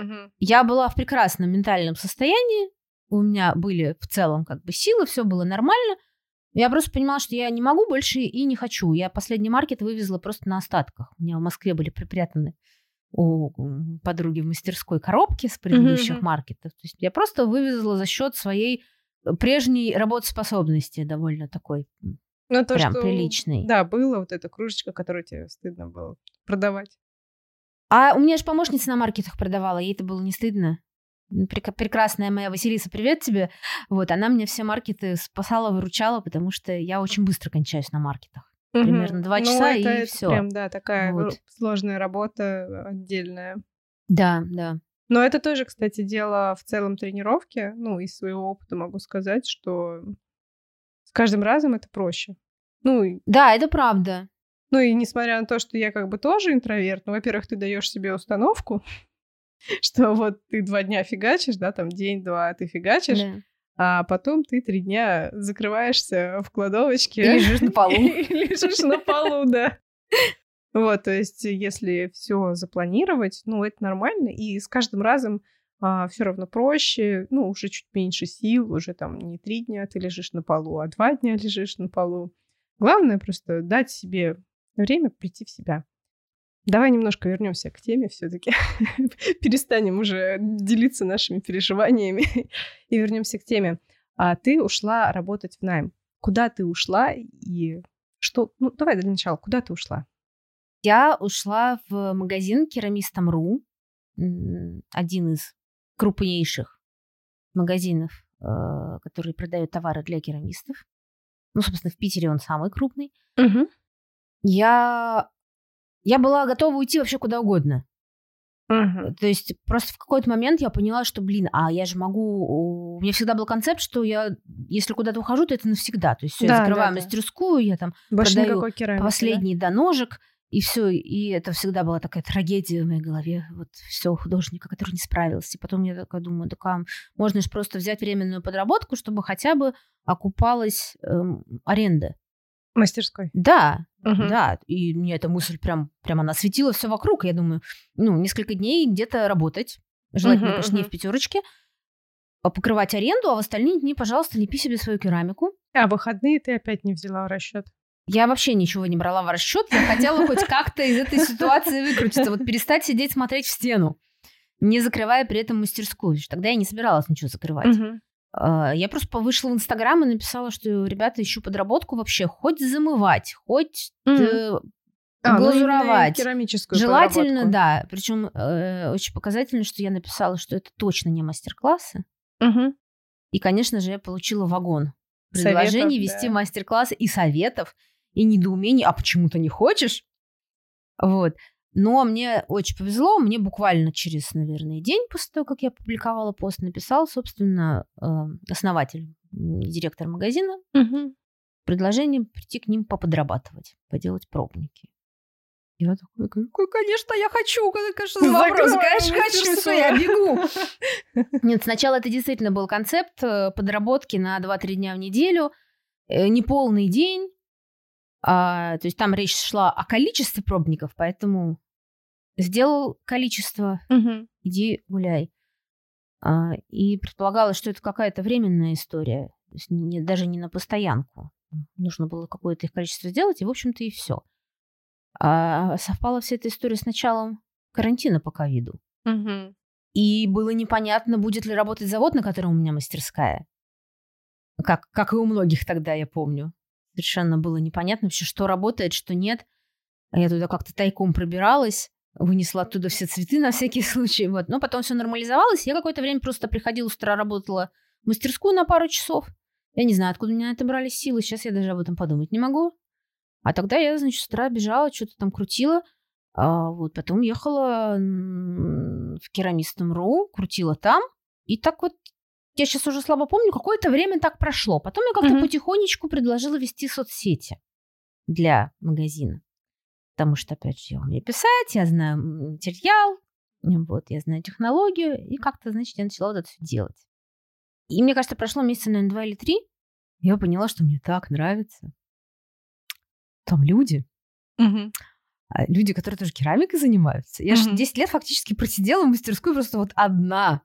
Я была в прекрасном ментальном состоянии, у меня были в целом как бы силы, все было нормально. Я просто понимала, что я не могу больше и не хочу. Я последний маркет вывезла просто на остатках. У меня в Москве были припрятаны у подруги в мастерской коробки с предыдущих маркетов. То есть я просто вывезла за счет своей прежней работоспособности, довольно такой прям приличной. Да, была вот эта кружечка, которую тебе стыдно было продавать. А у меня же помощница на маркетах продавала, ей это было не стыдно. Прекрасная моя Василиса, привет тебе. Вот, она мне все маркеты спасала, выручала, потому что я очень быстро кончаюсь на маркетах. Примерно 2 часа, и все. Прям, да, такая сложная работа отдельная. Да. Но это тоже, кстати, дело в целом тренировки. Из своего опыта могу сказать, что с каждым разом это проще. Да, это правда. И несмотря на то, что я как бы тоже интроверт, во-первых, ты даешь себе установку, что вот ты 2 дня фигачишь, да, там день-два ты фигачишь, да. А потом ты 3 дня закрываешься в кладовочке. И лежишь на полу. Лежишь на полу, да. Вот, то есть если все запланировать, это нормально, и с каждым разом все равно проще, уже чуть меньше сил, уже там не 3 дня ты лежишь на полу, а 2 дня лежишь на полу. Главное просто дать себе время прийти в себя. Давай немножко вернемся к теме все-таки. Перестанем уже делиться нашими переживаниями и вернемся к теме. Ты ушла работать в найм. Куда ты ушла и что? Давай для начала. Куда ты ушла? Я ушла в магазин Керамистом.ру, один из крупнейших магазинов, который продает товары для керамистов. Собственно, в Питере он самый крупный. Я была готова уйти вообще куда угодно. То есть просто в какой-то момент я поняла, что, я же могу... У меня всегда был концепт, что я, если куда-то ухожу, то это навсегда. То есть я закрываю мастерскую, я там больше продаю последний ножик, И все, и это всегда была такая трагедия в моей голове. Вот все, художника, который не справился. И потом я такая думаю, можно же просто взять временную подработку, чтобы хотя бы окупалась аренда. Мастерской. Да, да. И мне эта мысль прям она осветила все вокруг. Я думаю, несколько дней где-то работать. Желательно, конечно, не в пятерочке. Покрывать аренду, а в остальные дни, пожалуйста, лепи себе свою керамику. А выходные ты опять не взяла в расчет? Я вообще ничего не брала в расчет. Я хотела хоть как-то из этой ситуации выкрутиться. Вот перестать сидеть, смотреть в стену, не закрывая при этом мастерскую. Тогда я не собиралась ничего закрывать. Я просто вышла в Инстаграм и написала, что, ребята, ищу подработку вообще. Хоть замывать, хоть глазуровать. Керамическую желательно, да. Причем очень показательно, что я написала, что это точно не мастер-классы. И, конечно же, я получила вагон предложений вести мастер-классы и советов, и недоумений. А почему ты не хочешь? Вот. Но мне очень повезло. Мне буквально через, наверное, день после того, как я опубликовала пост, написал, собственно, основатель, директор магазина, предложение прийти к ним поподрабатывать, поделать пробники. Я такой говорю, конечно, я хочу. Конечно, за вопрос. Конечно, хочу, что я бегу. Нет, сначала это действительно был концепт подработки на 2-3 дня в неделю. Неполный день. То есть там речь шла о количестве пробников, поэтому сделал количество, иди гуляй. И предполагалось, что это какая-то временная история. То есть даже не на постоянку. Нужно было какое-то их количество сделать, и, в общем-то, и все. Совпала вся эта история с началом карантина по ковиду. И было непонятно, будет ли работать завод, на котором у меня мастерская. Как и у многих тогда, я помню. Совершенно было непонятно вообще, что работает, что нет. А я туда как-то тайком пробиралась, вынесла оттуда все цветы на всякий случай. Вот. Но потом все нормализовалось. Я какое-то время просто приходила с утра, работала в мастерскую на пару часов. Я не знаю, откуда у меня это брались силы. Сейчас я даже об этом подумать не могу. А тогда я, значит, с утра бежала, что-то там крутила. Вот, потом ехала в Керамистом.ру, крутила там. И так вот, я сейчас уже слабо помню, какое-то время так прошло. Потом я как-то потихонечку предложила вести соцсети для магазина. Потому что, опять же, я умею писать, я знаю материал, вот, я знаю технологию. И как-то, значит, я начала вот это все делать. И мне кажется, прошло месяца, наверное, 2 или 3. Я поняла, что мне так нравится. Там люди. Люди, которые тоже керамикой занимаются. Я же 10 лет фактически просидела в мастерской просто вот одна.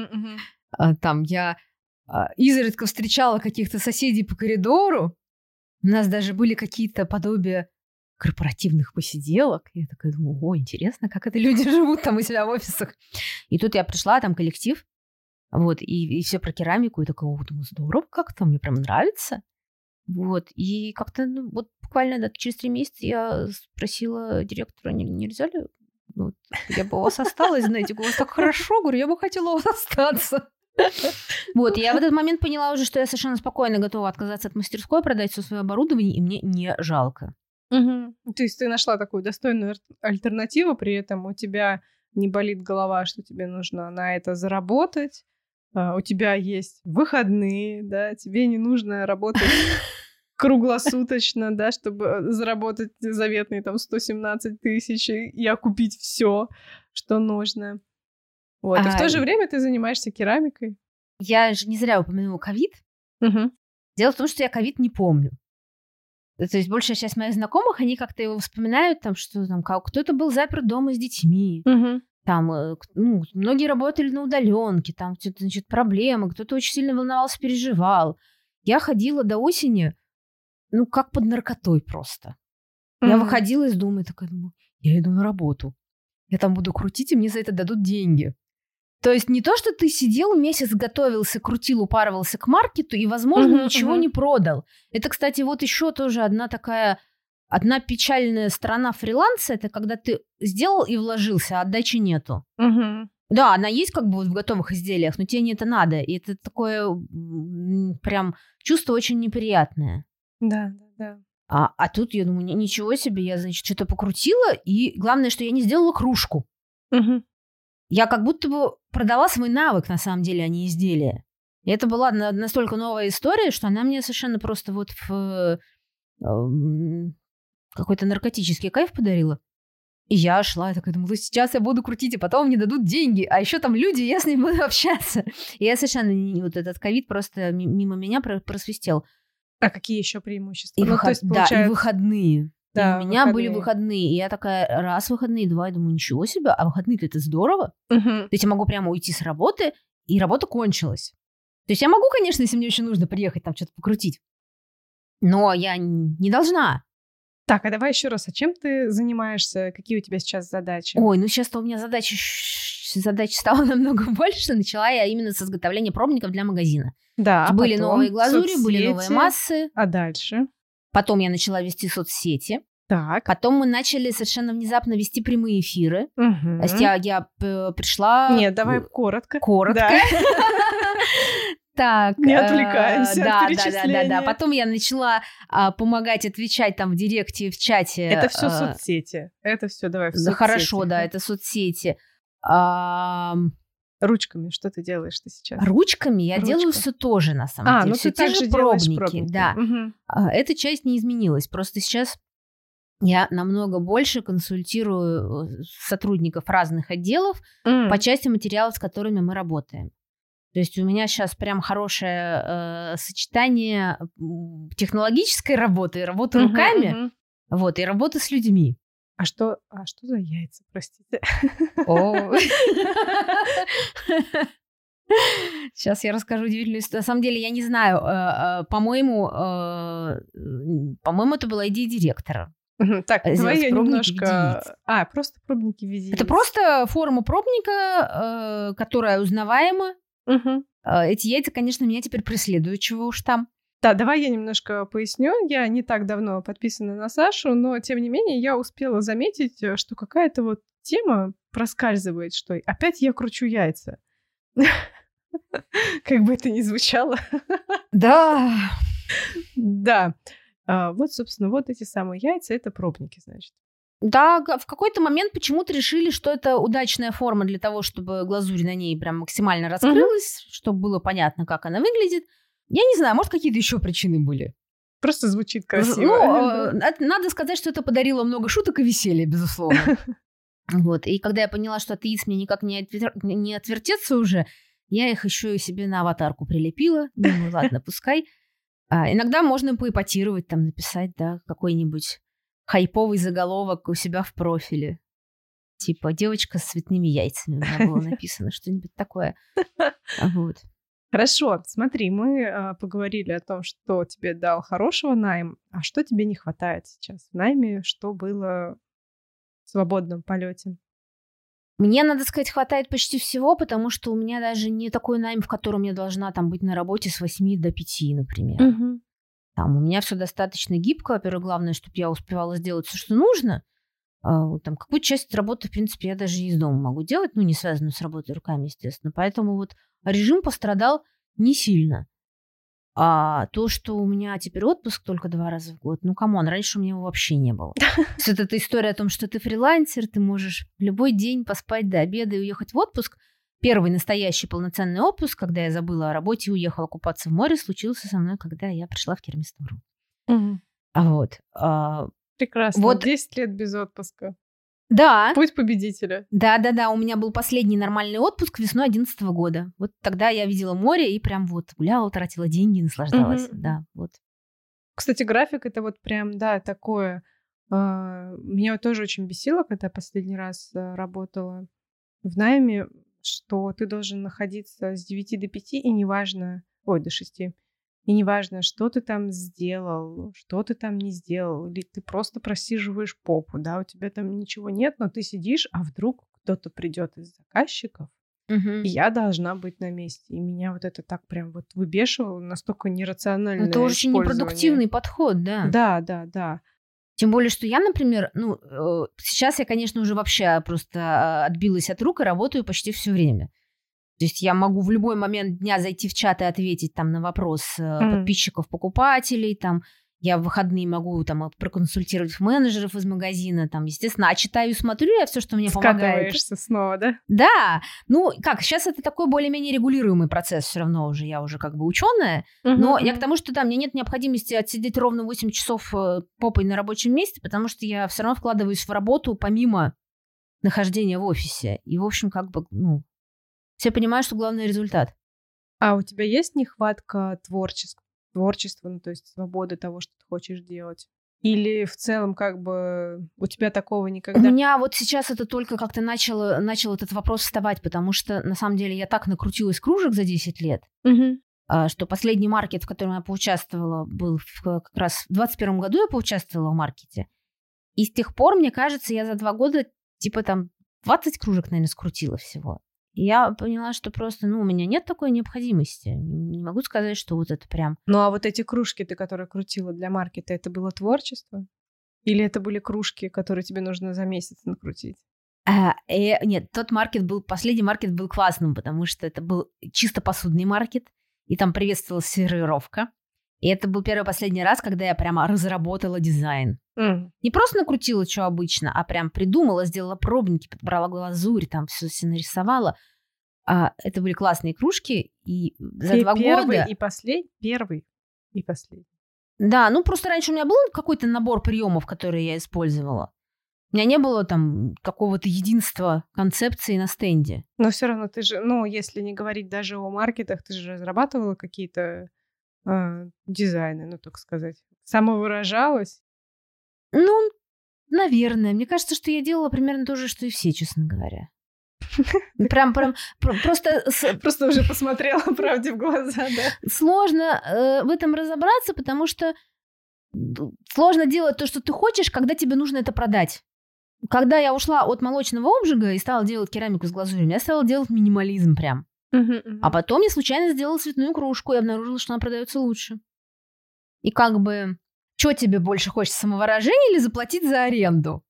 Там я изредка встречала каких-то соседей по коридору. У нас даже были какие-то подобия корпоративных посиделок. Я такая думаю, интересно, как это люди живут там у себя в офисах. И тут я пришла, там коллектив, вот, и все про керамику. И такая, думаю, здорово как-то, мне прям нравится. Вот, и как-то, вот буквально через 3 месяца я спросила директора, нельзя ли, вот, я бы у вас осталась, знаете, у вас так хорошо, говорю, я бы хотела у вас остаться. Вот, я в этот момент поняла уже, что я совершенно спокойно готова отказаться от мастерской, продать все свое оборудование, и мне не жалко. То есть ты нашла такую достойную альтернативу, при этом у тебя не болит голова, что тебе нужно на это заработать, у тебя есть выходные, да, тебе не нужно работать круглосуточно, да, чтобы заработать заветные там 117 тысяч и окупить все, что нужно. Вот. И в то же время ты занимаешься керамикой. Я же не зря упомянула ковид. Дело в том, что я ковид не помню. То есть большая часть моих знакомых, они как-то его вспоминают, там, что там кто-то был заперт дома с детьми. Там, многие работали на удаленке, там, значит, проблемы, кто-то очень сильно волновался, переживал. Я ходила до осени, как под наркотой просто. Я выходила из дома и такая думаю, я иду на работу. Я там буду крутить, и мне за это дадут деньги. То есть не то, что ты сидел месяц, готовился, крутил, упарывался к маркету и, возможно, ничего не продал. Это, кстати, вот еще тоже одна печальная сторона фриланса, это когда ты сделал и вложился, а отдачи нету. Да, она есть как бы вот в готовых изделиях, но тебе не это надо. И это такое прям чувство очень неприятное. Да. А тут я думаю, ничего себе, я, значит, что-то покрутила, и главное, что я не сделала кружку. Я как будто бы продала свой навык, на самом деле, а не изделие. И это была настолько новая история, что она мне совершенно просто вот в какой-то наркотический кайф подарила. И я шла, я такая думала, сейчас я буду крутить, а потом мне дадут деньги, а еще там люди, я с ними буду общаться. И я совершенно вот этот ковид просто мимо меня просвистел. А какие еще преимущества? И да, и выходные. Да, и у меня были выходные. И я такая, раз выходные, два, я думаю, ничего себе, а выходные-то это здорово. То есть я могу прямо уйти с работы, и работа кончилась. То есть я могу, конечно, если мне очень нужно приехать, там что-то покрутить, но я не должна. Так, а давай еще раз, а чем ты занимаешься? Какие у тебя сейчас задачи? Ой, ну сейчас-то у меня задач стало намного больше. Начала я именно с изготовления пробников для магазина. Да, были новые глазури, были новые массы. А дальше? Потом я начала вести соцсети. Так. Потом мы начали совершенно внезапно вести прямые эфиры. То есть я пришла... Нет, давай коротко. Коротко. Так, не отвлекаемся от перечисления. Да. Потом я начала помогать отвечать там в директе, в чате. Это все соцсети. Это все давай в соцсети. Хорошо, да, это соцсети. Ручками что ты делаешь-то сейчас? Ручками я делаю все тоже, на самом деле. Ну все ты также делаешь пробники. Да. Эта часть не изменилась. Просто сейчас я намного больше консультирую сотрудников разных отделов по части материалов, с которыми мы работаем. То есть у меня сейчас прям хорошее сочетание технологической работы, работы руками, вот, и работы с людьми. А что за яйца, простите? Сейчас я расскажу удивительную историю. На самом деле, я не знаю, по-моему, это была идея директора. Так, давай я немножко... просто пробники визит. Это просто форма пробника, которая узнаваема. Эти яйца, конечно, меня теперь преследуют, чего уж там. Да, давай я немножко поясню. Я не так давно подписана на Сашу, но, тем не менее, я успела заметить, что какая-то вот тема проскальзывает, что опять я кручу яйца. Как бы это ни звучало. Да. Да. Вот, собственно, вот эти самые яйца — это пробники, значит. Да, в какой-то момент почему-то решили, что это удачная форма для того, чтобы глазурь на ней прям максимально раскрылась, чтобы было понятно, как она выглядит. Я не знаю, может, какие-то еще причины были. Просто звучит красиво. Надо сказать, что это подарило много шуток и веселья, безусловно. Вот. И когда я поняла, что от яиц мне никак не отвертеться уже, я их еще и себе на аватарку прилепила. Думаю, ладно, пускай. Иногда можно поэпатировать, там написать, да, какой-нибудь хайповый заголовок у себя в профиле. Типа «Девочка с цветными яйцами» у меня было написано, что-нибудь такое. Вот. Хорошо, смотри, мы поговорили о том, что тебе дал хорошего найм, а что тебе не хватает сейчас в найме, что было в свободном полете? Мне, надо сказать, хватает почти всего, потому что у меня даже не такой найм, в котором я должна там быть на работе с 8 до 5, например. Там у меня все достаточно гибко. Во-первых, главное, чтобы я успевала сделать все, что нужно. Там какую-то часть работы, в принципе, я даже из дома могу делать, не связанную с работой руками, естественно. Поэтому вот режим пострадал не сильно. А то, что у меня теперь отпуск только 2 раза в год, камон, раньше у меня его вообще не было. То есть эта история о том, что ты фрилансер, ты можешь в любой день поспать до обеда и уехать в отпуск. Первый настоящий полноценный отпуск, когда я забыла о работе и уехала купаться в море, случился со мной, когда я пришла в Керамистуру. Вот. Прекрасно. Вот 10 лет без отпуска. Да. Путь победителя. Да. У меня был последний нормальный отпуск весной 2011 года. Вот тогда я видела море и прям вот гуляла, тратила деньги, наслаждалась. Да, вот. Кстати, график это вот прям, да, такое. Меня тоже очень бесило, когда последний раз работала в найме, что ты должен находиться с 9 до 5, и неважно, до 6. И неважно, что ты там сделал, что ты там не сделал, или ты просто просиживаешь попу, да, у тебя там ничего нет, но ты сидишь, а вдруг кто-то придет из заказчиков, и я должна быть на месте. И меня вот это так прям вот выбешивало, настолько нерациональное это очень непродуктивный подход, да. Да. Тем более, что я, например, сейчас я, конечно, уже вообще просто отбилась от рук и работаю почти все время. То есть я могу в любой момент дня зайти в чат и ответить там на вопрос подписчиков, покупателей, там, Я в выходные могу там проконсультировать менеджеров из магазина, там, естественно, читаю и смотрю я все, что мне помогает. Скатываешься снова, да? Да, ну как, сейчас это такой более-менее регулируемый процесс все равно уже, я уже как бы ученая, но я к тому, что да, мне нет необходимости отсидеть ровно 8 часов попой на рабочем месте, потому что я все равно вкладываюсь в работу помимо нахождения в офисе. И, в общем, как бы, все понимают, что главный результат. А у тебя есть нехватка творчества, ну, то есть свободы того, что ты хочешь делать? Или в целом как бы у тебя такого никогда? У меня вот сейчас это только как-то начал этот вопрос вставать, потому что на самом деле я так накрутилась кружек за 10 лет, что последний маркет, в котором я поучаствовала, был как раз в 2021 году я поучаствовала в маркете. И с тех пор, мне кажется, я за 2 года типа там 20 кружек, наверное, скрутила всего. И я поняла, что просто, у меня нет такой необходимости. Не могу сказать, что вот это прям... Ну, а вот эти кружки ты, которые крутила для маркета, это было творчество? Или это были кружки, которые тебе нужно за месяц накрутить? Нет, последний маркет был классным, потому что это был чисто посудный маркет, и там приветствовалась сервировка. И это был первый и последний раз, когда я прямо разработала дизайн. Не просто накрутила, что обычно, а прям придумала, сделала пробники, подбрала глазурь, там все нарисовала. Это были классные кружки, и за 2 года... Первый и последний. Да, просто раньше у меня был какой-то набор приемов, которые я использовала. У меня не было там какого-то единства концепции на стенде. Но все равно ты же, если не говорить даже о маркетах, ты же разрабатывала какие-то дизайны, так сказать. Самовыражалась? Наверное. Мне кажется, что я делала примерно то же, что и все, честно говоря. Прям Просто уже посмотрела правде в глаза, да? Сложно в этом разобраться, потому что сложно делать то, что ты хочешь, когда тебе нужно это продать. Когда я ушла от молочного обжига и стала делать керамику с глазурью, я стала делать минимализм прям. А потом я случайно сделала цветную кружку и обнаружила, что она продается лучше. И как бы, что тебе больше хочется, самовыражение или заплатить за аренду?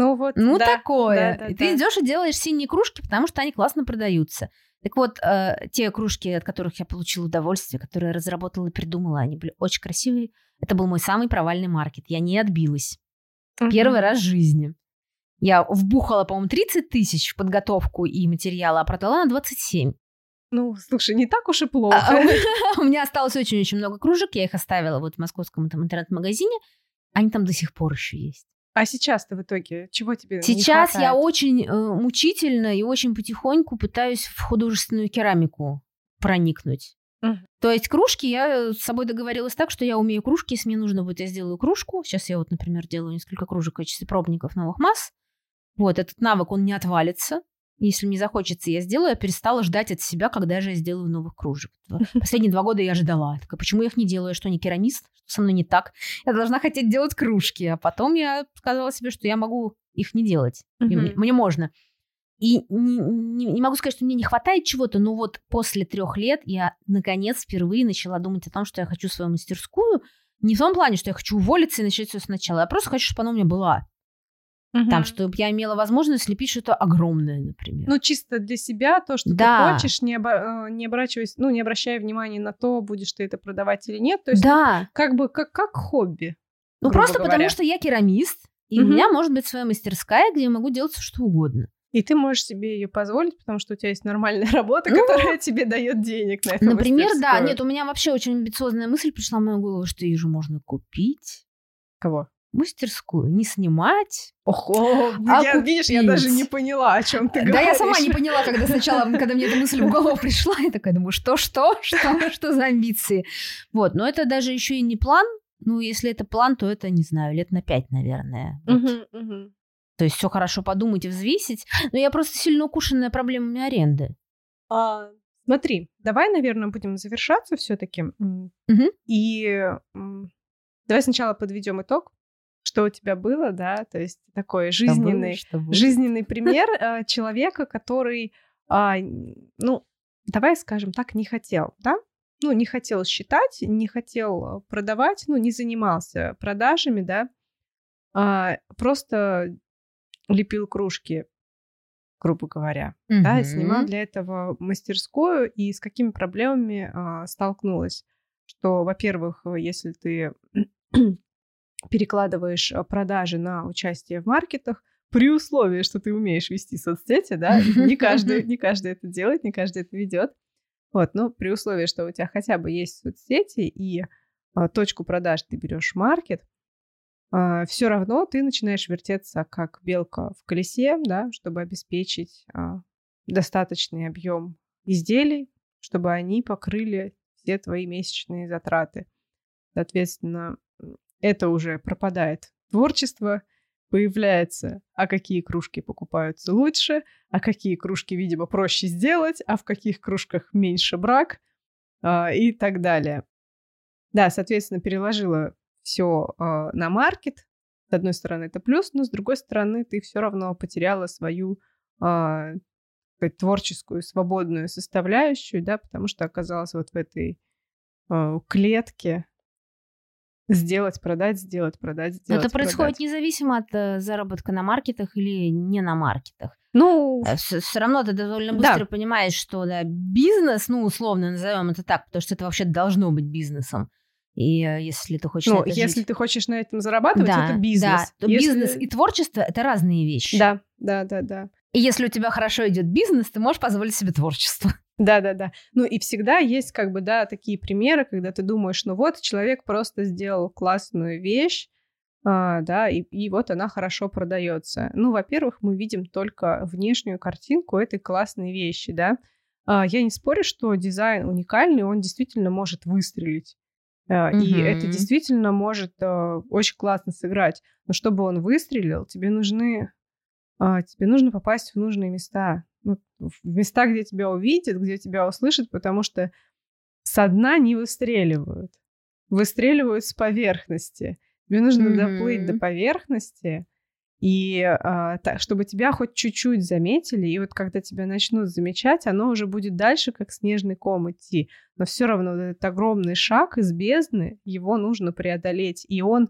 Такое. Да, и ты идешь и делаешь синие кружки, потому что они классно продаются. Так вот, те кружки, от которых я получила удовольствие, которые я разработала и придумала, они были очень красивые. Это был мой самый провальный маркет. Я не отбилась. Первый раз в жизни. Я вбухала, по-моему, 30 тысяч в подготовку и материалы, а продала на 27. Слушай, не так уж и плохо. У меня осталось очень-очень много кружек. Я их оставила вот в московском интернет-магазине. Они там до сих пор еще есть. А сейчас-то в итоге чего тебе не хватает? Сейчас я очень мучительно и очень потихоньку пытаюсь в художественную керамику проникнуть. То есть кружки, я с собой договорилась так, что я умею кружки. Если мне нужно будет, я сделаю кружку. Сейчас я вот, например, делаю несколько кружек в качестве пробников новых масс. Вот, этот навык, он не отвалится. Если мне захочется, я сделаю. Я перестала ждать от себя, когда же я сделаю новых кружек. Последние 2 года я ждала. Такая, почему я их не делаю? Я что, не керамист? Что со мной не так? Я должна хотеть делать кружки. А потом я сказала себе, что я могу их не делать. Мне можно. И не могу сказать, что мне не хватает чего-то, но вот после 3 лет я, наконец, впервые начала думать о том, что я хочу свою мастерскую. Не в том плане, что я хочу уволиться и начать все сначала. Я просто хочу, чтобы она у меня была. Там, чтобы я имела возможность слепить что-то огромное, например. Чисто для себя, то, что ты хочешь, не обращая внимания на то, будешь ты это продавать или нет. То есть как бы как хобби. Просто потому, что я керамист, и у меня может быть своя мастерская, где я могу делать все, что угодно. И ты можешь себе ее позволить, потому что у тебя есть нормальная работа, которая тебе дает денег на эту например, мастерскую. да. Нет, у меня вообще очень амбициозная мысль пришла в мою голову, что ее же можно купить. Кого? Мастерскую. Не снимать, видишь, я даже не поняла, о чем ты говоришь. Да, я сама не поняла, когда мне эта мысль в голову пришла. Я такая думаю, что за амбиции? Вот, но это даже еще и не план. Если это план, то это, не знаю, лет на 5, наверное. То есть все хорошо подумать и взвесить. Но я просто сильно укушенная проблемами аренды. Смотри, давай, наверное, будем завершаться все-таки. И давай сначала подведем итог. Что у тебя было, да, то есть такой жизненный пример человека, который, давай скажем так, не хотел, да, не хотел считать, не хотел продавать, не занимался продажами, да, просто лепил кружки, грубо говоря, да, снимал для этого мастерскую, и с какими проблемами столкнулась, что, во-первых, если ты перекладываешь продажи на участие в маркетах, при условии, что ты умеешь вести соцсети, да, не каждый это делает, не каждый это ведет. Вот, но при условии, что у тебя хотя бы есть соцсети и точку продаж ты берешь в маркет, все равно ты начинаешь вертеться как белка в колесе, да, чтобы обеспечить достаточный объем изделий, чтобы они покрыли все твои месячные затраты. Соответственно, это уже пропадает творчество, появляется, а какие кружки покупаются лучше, а какие кружки, видимо, проще сделать, а в каких кружках меньше брак и так далее. Да, соответственно, переложила все на маркет. С одной стороны, это плюс, но с другой стороны, ты все равно потеряла свою творческую, свободную составляющую, да, потому что оказалась вот в этой клетке сделать, продать, сделать, продать, сделать, это происходит продать. независимо от заработка на маркетах или не на маркетах. Ну, все равно ты довольно быстро понимаешь, что да, бизнес, ну, условно назовем это так, потому что это вообще должно быть бизнесом. И если ты хочешь если ты хочешь на этом зарабатывать, это бизнес. Да, бизнес и творчество – это разные вещи. Да. И если у тебя хорошо идет бизнес, ты можешь позволить себе творчество. Да. Ну и всегда есть такие примеры, когда ты думаешь, ну вот человек просто сделал классную вещь, да, и вот она хорошо продается. Ну, во-первых, мы видим только внешнюю картинку этой классной вещи, да. Я не спорю, что дизайн уникальный, он действительно может выстрелить. И это действительно может очень классно сыграть. Но чтобы он выстрелил, тебе нужно попасть в нужные места. Ну, в места, где тебя увидят, где тебя услышат, потому что со дна не выстреливают. Выстреливают с поверхности. Тебе нужно доплыть до поверхности, и чтобы тебя хоть чуть-чуть заметили, и вот когда тебя начнут замечать, оно уже будет дальше, как снежный ком идти. Но все равно вот этот огромный шаг из бездны, его нужно преодолеть. И он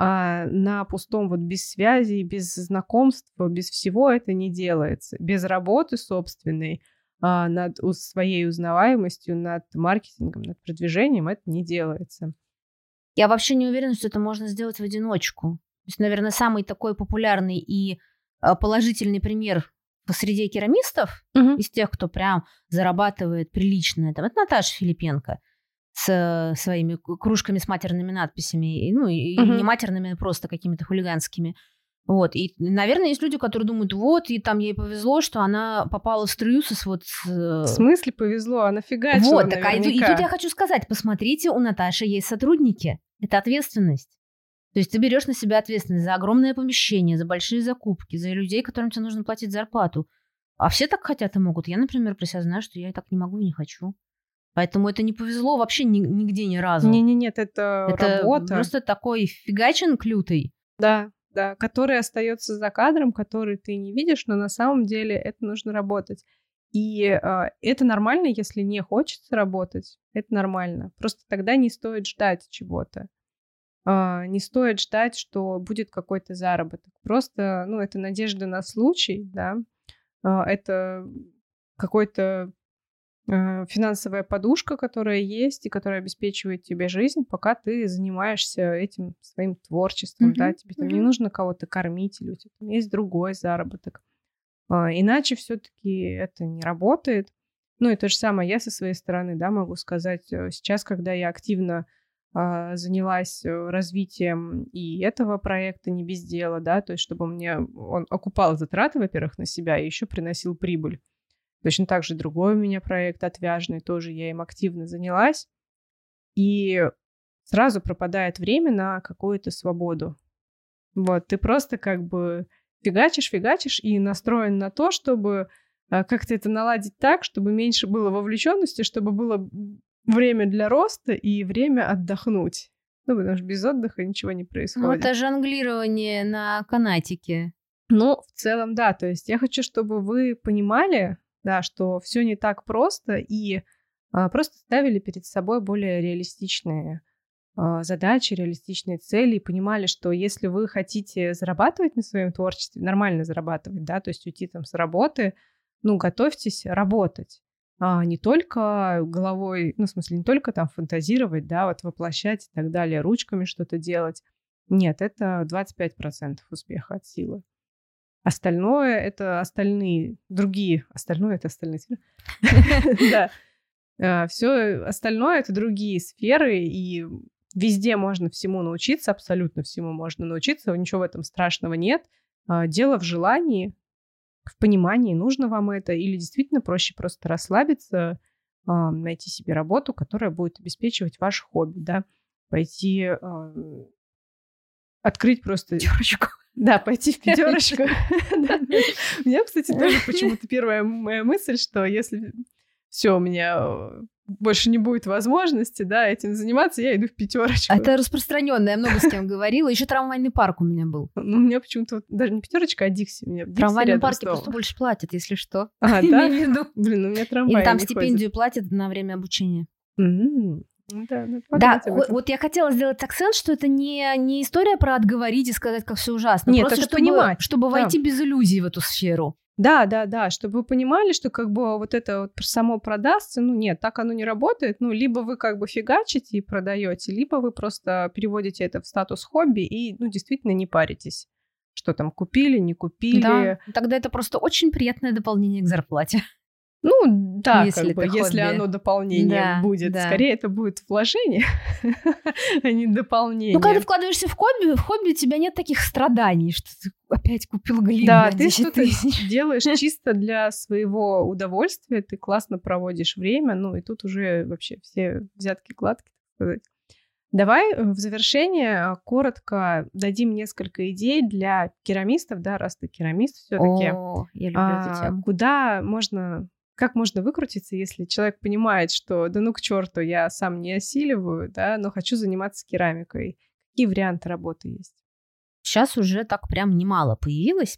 на пустом, вот без связи, без знакомства, без всего это не делается. Без работы собственной, над своей узнаваемостью, над маркетингом, над продвижением это не делается. Я вообще не уверена, что это можно сделать в одиночку. То есть, наверное, самый такой популярный и положительный пример среди керамистов, из тех, кто прям зарабатывает прилично, это Наташа Филипенко с своими кружками с матерными надписями, ну и не матерными, а просто какими-то хулиганскими. Вот. И, наверное, есть люди, которые думают, вот, и там ей повезло, что она попала в струю В смысле повезло? Она фигачила вот, и тут я хочу сказать, посмотрите, у Наташи есть сотрудники. Это ответственность. То есть ты берешь на себя ответственность за огромное помещение, за большие закупки, за людей, которым тебе нужно платить зарплату. А все так хотят и могут. Я, например, про себя знаю, что я и так не могу и не хочу. Поэтому это не повезло вообще нигде ни разу. Нет, это работа. Просто такой фигачинг лютый. Да, который остается за кадром, который ты не видишь, но на самом деле это нужно работать. И это нормально, если не хочется работать. Это нормально. Просто тогда не стоит ждать чего-то. Не стоит ждать, что будет какой-то заработок. Просто, это надежда на случай, да. Это какой-то финансовая подушка, которая есть и которая обеспечивает тебе жизнь, пока ты занимаешься этим своим творчеством, да. Тебе там не нужно кого-то кормить, или у тебя там есть другой заработок. Иначе все-таки это не работает. Ну и то же самое я со своей стороны, да, могу сказать. Сейчас, когда я активно занялась развитием и этого проекта «Не без дела», да, то есть чтобы он окупал затраты, во-первых, на себя и еще приносил прибыль. Точно так же другой у меня проект «Отвяжный», тоже я им активно занялась. И сразу пропадает время на какую-то свободу. Вот, ты просто фигачишь и настроен на то, чтобы как-то это наладить так, чтобы меньше было вовлеченности, чтобы было время для роста и время отдохнуть. Потому что без отдыха ничего не происходит. Ну, это жонглирование на канатике. Ну, в целом, да. То есть я хочу, чтобы вы понимали, да, что все не так просто, и просто ставили перед собой более реалистичные задачи, реалистичные цели, и понимали, что если вы хотите зарабатывать на своем творчестве, нормально зарабатывать, да, то есть уйти там с работы, готовьтесь работать. Не только головой, в смысле, не только там фантазировать, да, вот воплощать и так далее, ручками что-то делать, Нет, это 25% успеха от силы. Остальное — это остальные, другие. Остальное — это остальные сферы. Да. Все остальное — это другие сферы, и везде можно всему научиться, абсолютно всему можно научиться, ничего в этом страшного нет. Дело в желании, в понимании, нужно вам это, или действительно проще просто расслабиться, найти себе работу, которая будет обеспечивать ваше хобби, да, пойти открыть просто... Пятерочку. Да, пойти в пятерочку. У меня, кстати, тоже почему-то первая моя мысль, что если все, у меня больше не будет возможности, да, этим заниматься, я иду в пятерочку. Это распространенное, я много с кем говорила. Еще трамвайный парк у меня был. Ну, у меня почему-то даже не пятерочка, а Дикси. В трамвайном парке просто больше платят, если что. А, да? Блин, у меня трамвай. Или там стипендию платят на время обучения. Да, вот я хотела сделать акцент, что это не история про отговорить и сказать, как все ужасно. Нет, просто это понимать. Чтобы войти без иллюзий в эту сферу. Да, чтобы вы понимали, что как бы вот это вот само продастся, ну нет, так оно не работает, ну либо вы как бы фигачите и продаете, либо вы просто переводите это в статус хобби и, ну, действительно не паритесь, что там купили, не купили. Да, тогда это просто очень приятное дополнение к зарплате. Ну, да, если, как бы, если оно дополнение будет. Да. Скорее, это будет вложение, а не дополнение. Ну, когда ты вкладываешься в хобби у тебя нет таких страданий, что ты опять купил глину. Да, ты что-то делаешь чисто для своего удовольствия, ты классно проводишь время, ну, и тут уже вообще все взятки гладкие, так сказать. Давай в завершение коротко дадим несколько идей для керамистов, да, раз ты керамист все-таки. О, я люблю эту тему. Куда можно... Как можно выкрутиться, если человек понимает, что да ну к черту, я сам не осиливаю, да, но хочу заниматься керамикой? Какие варианты работы есть? Сейчас уже так прям немало появилось.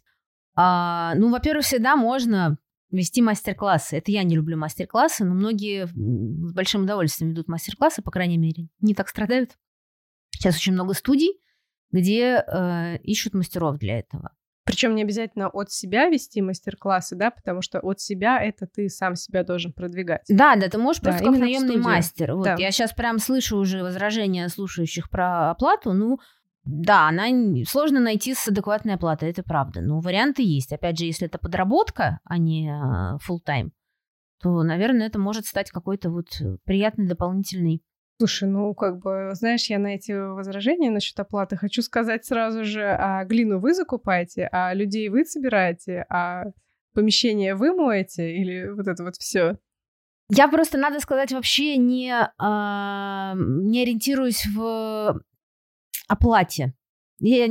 Ну, во-первых, всегда можно вести мастер-классы. Это я не люблю мастер-классы, но многие с большим удовольствием ведут мастер-классы, по крайней мере, не так страдают. Сейчас очень много студий, где ищут мастеров для этого. Причем не обязательно от себя вести мастер-классы, да, потому что от себя это ты сам себя должен продвигать. Да, ты можешь просто как наемный мастер. Вот, да. Я сейчас прям слышу уже возражения слушающих про оплату. Ну, да, она сложно найти с адекватной оплатой, это правда. Но варианты есть. Опять же, если это подработка, а не full-time, то, наверное, это может стать какой-то вот приятный дополнительный. Слушай, ну, как бы, знаешь, я на эти возражения насчет оплаты хочу сказать сразу же, а глину вы закупаете, а людей вы собираете, а помещение вы моете, или вот это вот все? Я просто, надо сказать, вообще не ориентируюсь в оплате. Я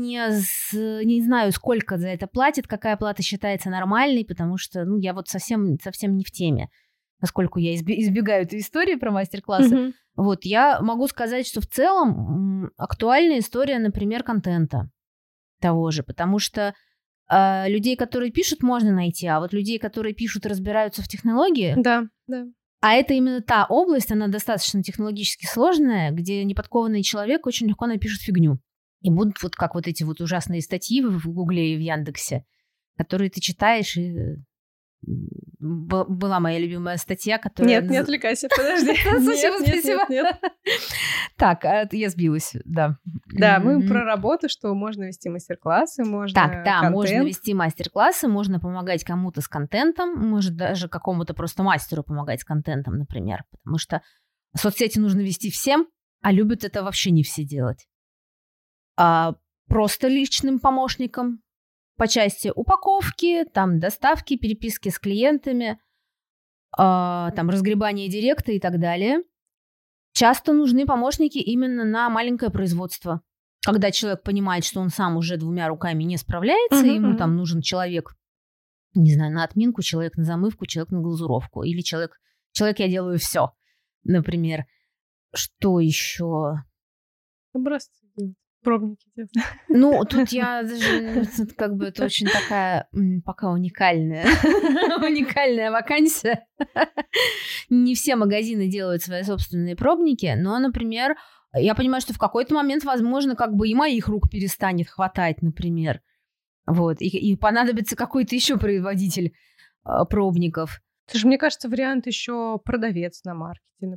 не знаю, сколько за это платят, какая оплата считается нормальной, потому что, ну, я вот совсем не в теме, поскольку я избегаю этой истории про мастер-классы. Mm-hmm. Вот, я могу сказать, что в целом актуальная история, например, контента того же, потому что людей, которые пишут, можно найти, а вот людей, которые пишут и разбираются в технологии... Да. А это именно та область, она достаточно технологически сложная, где неподкованный человек очень легко напишет фигню. И будут вот как вот эти вот ужасные статьи в Гугле и в Яндексе, которые ты читаешь, и... Была моя любимая статья, которая... Нет, не отвлекайся, подожди. Нет. Так, я сбилась, да. Да, мы про работу, что можно вести мастер-классы, можно контент. Можно вести мастер-классы, можно помогать кому-то с контентом, может даже какому-то просто мастеру помогать с контентом, например, потому что соцсети нужно вести всем, а любят это вообще не все делать. Просто личным помощником по части упаковки, там, доставки, переписки с клиентами, там, разгребания директа и так далее. Часто нужны помощники именно на маленькое производство. Когда человек понимает, что он сам уже 2 руками не справляется, ему там нужен человек, не знаю, на отминку, человек на замывку, человек на глазуровку. Или человек я делаю все, например. Что еще? Образцы делать. Пробники делать. Ну, тут я даже, как бы, это очень такая пока уникальная вакансия. Не все магазины делают свои собственные пробники, но, например, я понимаю, что в какой-то момент, возможно, как бы и моих рук перестанет хватать, например. Вот, и понадобится какой-то еще производитель пробников. Слушай, мне кажется, вариант еще продавец на маркете, например.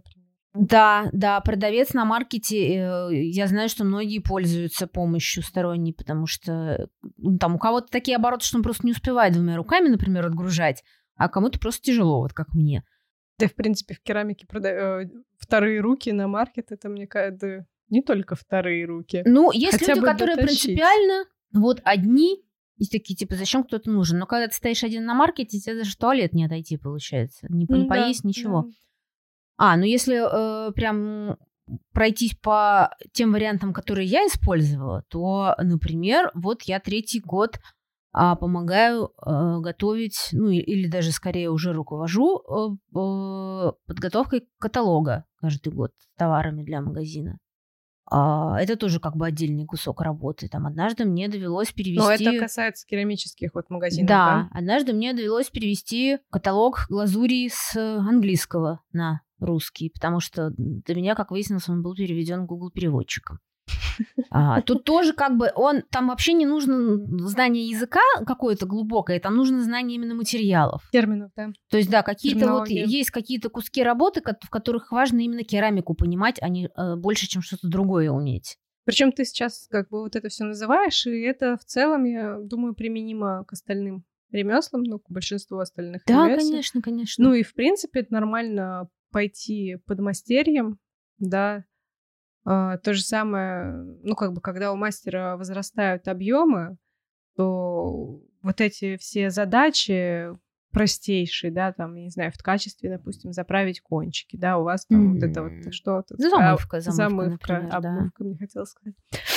Да, продавец на маркете, я знаю, что многие пользуются помощью сторонней, потому что там у кого-то такие обороты, что он просто не успевает 2 руками, например, отгружать, а кому-то просто тяжело, вот как мне. Да, в принципе, в керамике вторые руки на маркет, это, мне кажется, не только вторые руки. Ну, есть люди, которые принципиально, вот одни, есть такие, типа, зачем кто-то нужен? Но когда ты стоишь один на маркете, тебе даже в туалет не отойти, получается. Не поесть, ничего. Да. Ну если прям пройтись по тем вариантам, которые я использовала, то, например, вот я 3-й год помогаю готовить, ну или даже скорее уже руковожу подготовкой каталога каждый год с товарами для магазина. Это тоже как бы отдельный кусок работы. Там однажды мне довелось перевести... Но это касается керамических вот магазинов, да? Однажды мне довелось перевести каталог глазури с английского на русский, потому что для меня, как выяснилось, он был переведен Google переводчиком. Тут тоже как бы там вообще не нужно знание языка какое-то глубокое, там нужно знание именно материалов. Терминов, да. То есть, да, какие-то вот есть какие-то куски работы, в которых важно именно керамику понимать, а не больше, чем что-то другое уметь. Причем ты сейчас как бы вот это все называешь, и это в целом, я думаю, применимо к остальным ремеслам, ну, к большинству остальных ремесел. Да, конечно. Ну и, в принципе, это нормально пойти под мастерьем, да. То же самое, ну, как бы, когда у мастера возрастают объемы, то вот эти все задачи простейшие, да, там, я не знаю, в ткачестве, допустим, заправить кончики, да, у вас там вот это вот что-то... Замывка, например, обмывка, мне хотелось сказать.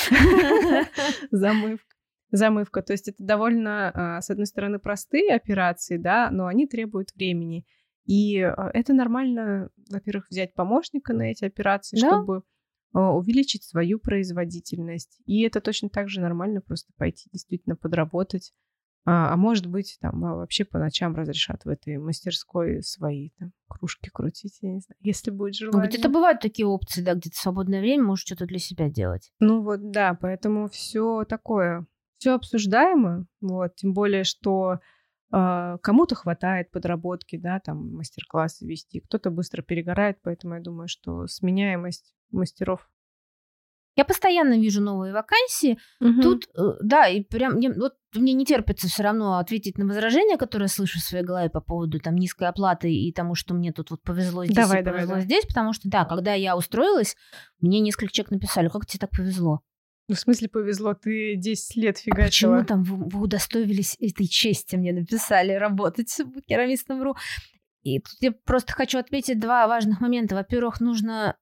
Замывка. То есть это довольно, с одной стороны, простые операции, да, но они требуют времени. И это нормально, во-первых, взять помощника на эти операции, чтобы увеличить свою производительность. И это точно так же нормально просто пойти действительно подработать. А может быть, там вообще по ночам разрешат в этой мастерской свои там кружки крутить, я не знаю, если будет желание. Ну, где-то бывают такие опции, да, где-то в свободное время можешь что-то для себя делать. Ну вот, да, поэтому все такое, все обсуждаемо, вот, тем более, что кому-то хватает подработки, да, там мастер-классы вести, кто-то быстро перегорает, поэтому я думаю, что сменяемость мастеров. Я постоянно вижу новые вакансии. Тут, да, и прям вот мне не терпится все равно ответить на возражения, которые я слышу в своей голове по поводу там низкой оплаты и тому, что мне тут вот повезло здесь и повезло здесь, потому что, да, когда я устроилась, мне несколько человек написали, как тебе так повезло? Ну, в смысле повезло? Ты 10 лет фигачила. Почему там вы удостоились этой чести, мне написали, работать в керамистом.ру? И тут я просто хочу отметить 2 важных момента. Во-первых, нужно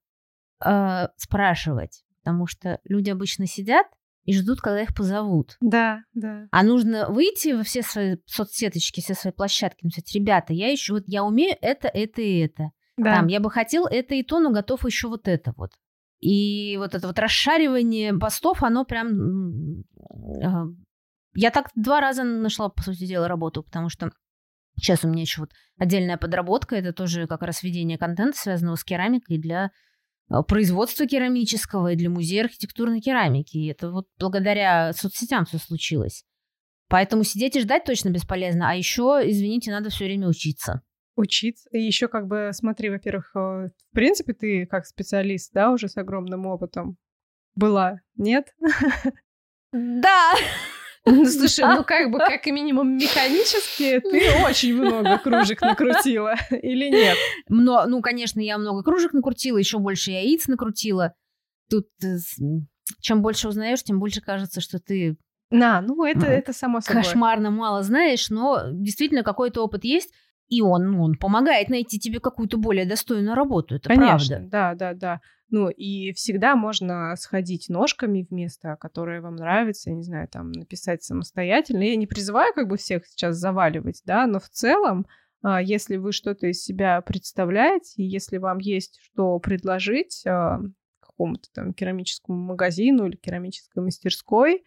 спрашивать, потому что люди обычно сидят и ждут, когда их позовут. Да, да. А нужно выйти во все свои соцсеточки, все свои площадки, и сказать, ребята, я ищу, вот я умею это и это. Да. Там, я бы хотел это и то, но готов еще вот это вот. И вот это вот расшаривание постов, оно прям... Я так 2 раза нашла, по сути дела, работу, потому что сейчас у меня еще вот отдельная подработка, это тоже как раз ведение контента, связанного с керамикой для производства керамического и для музея архитектурной керамики. И это вот благодаря соцсетям все случилось. Поэтому сидеть и ждать точно бесполезно. А еще, извините, надо все время учиться. Учиться. И еще как бы, смотри, во-первых, в принципе, ты как специалист, да, уже с огромным опытом была, нет? Да. Ну, слушай, ну как бы, как минимум механически ты очень много кружек накрутила, или нет? Ну, конечно, я много кружек накрутила, еще больше яиц накрутила. Тут чем больше узнаешь, тем больше кажется, что ты... Ну, это само собой. Кошмарно мало знаешь, но действительно какой-то опыт есть, и он помогает найти тебе какую-то более достойную работу, это конечно, правда. Да. Ну, и всегда можно сходить ножками в место, которое вам нравится, я не знаю, там, написать самостоятельно. Я не призываю как бы всех сейчас заваливать, да, но в целом, если вы что-то из себя представляете, если вам есть что предложить какому-то там керамическому магазину или керамической мастерской,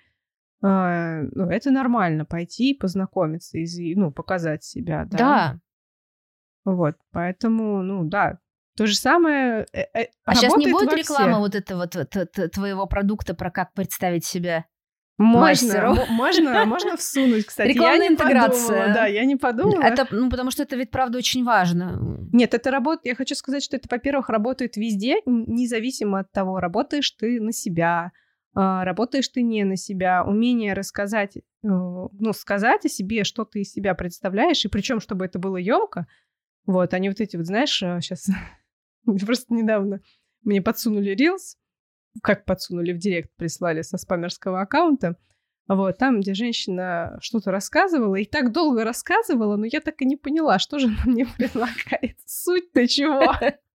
это нормально пойти и познакомиться, показать себя, да. Да. Вот, поэтому, да. То же самое А сейчас не будет реклама вот этого твоего продукта про как представить себя? Можно всунуть, кстати. Рекламная интеграция. Да, я не подумала. Это, потому что это ведь, правда, очень важно. Нет, это работает. Я хочу сказать, что это, во-первых, работает везде, независимо от того, работаешь ты на себя, работаешь ты не на себя. Умение рассказать, сказать о себе, что ты из себя представляешь, и причем, чтобы это было ёмко. Вот, они вот эти вот, знаешь, сейчас просто недавно мне подсунули Reels, как подсунули в директ, прислали со спамерского аккаунта, вот, там, где женщина что-то рассказывала, и так долго рассказывала, но я так и не поняла, что же она мне предлагает. Суть-то чего?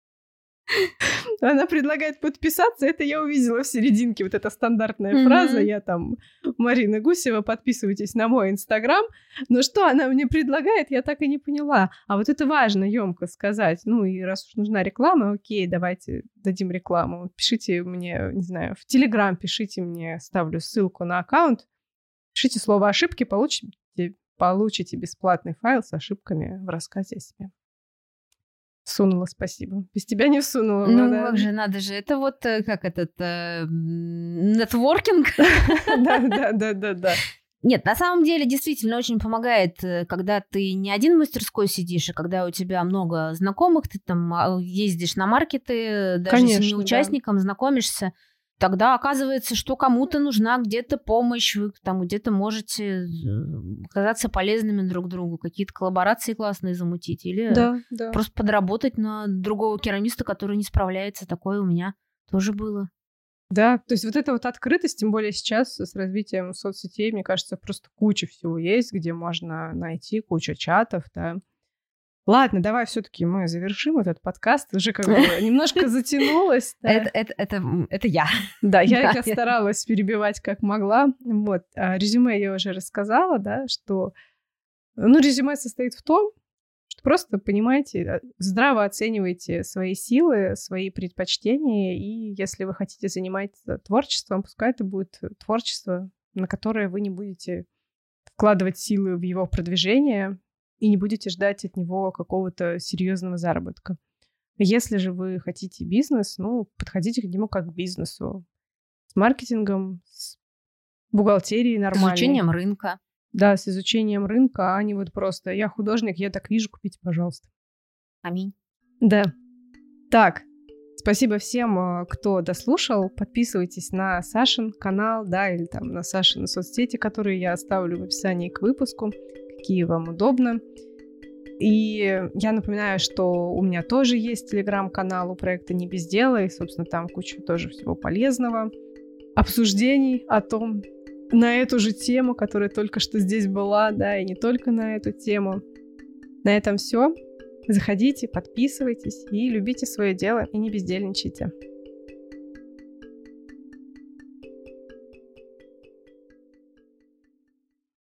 Она предлагает подписаться, это я увидела в серединке, вот эта стандартная фраза, я там, Марина Гусева, подписывайтесь на мой Инстаграм, но что она мне предлагает, я так и не поняла. А вот это важно, ёмко сказать, и раз уж нужна реклама, окей, давайте дадим рекламу, пишите мне, не знаю, в Телеграм пишите мне, ставлю ссылку на аккаунт, пишите слово «ошибки», получите бесплатный файл с ошибками в рассказе о себе. Всунула, спасибо. Без тебя не всунула. Как же, надо же. Это вот как этот нетворкинг. Да. Нет, на самом деле действительно очень помогает, когда ты не один в мастерской сидишь, а когда у тебя много знакомых, ты там ездишь на маркеты, даже с не участником знакомишься. Тогда оказывается, что кому-то нужна где-то помощь, вы там где-то можете оказаться полезными друг другу, какие-то коллаборации классные замутить или просто подработать на другого керамиста, который не справляется. Такое у меня тоже было. Да, то есть вот эта вот открытость, тем более сейчас с развитием соцсетей, мне кажется, просто куча всего есть, где можно найти кучу чатов, да. Ладно, давай все-таки мы завершим этот подкаст. Уже как бы немножко затянулось. Это я. Да, я старалась перебивать как могла. Вот. Резюме я уже рассказала, да, что... резюме состоит в том, что просто понимаете, здраво оцениваете свои силы, свои предпочтения, и если вы хотите заниматься творчеством, пускай это будет творчество, на которое вы не будете вкладывать силы в его продвижение, и не будете ждать от него какого-то серьезного заработка. Если же вы хотите бизнес, подходите к нему как к бизнесу. С маркетингом, с бухгалтерией нормальной. С изучением рынка. Да, с изучением рынка, а не вот просто «я художник, я так вижу, купите, пожалуйста». Аминь. Да. Так, спасибо всем, кто дослушал. Подписывайтесь на Сашин канал, да, или там на Сашины соцсети, которые я оставлю в описании к выпуску, какие вам удобно. И я напоминаю, что у меня тоже есть телеграм-канал у проекта «Не без дела», и, собственно, там куча тоже всего полезного. Обсуждений о том, на эту же тему, которая только что здесь была, да, и не только на эту тему. На этом все. Заходите, подписывайтесь и любите свое дело, и не бездельничайте.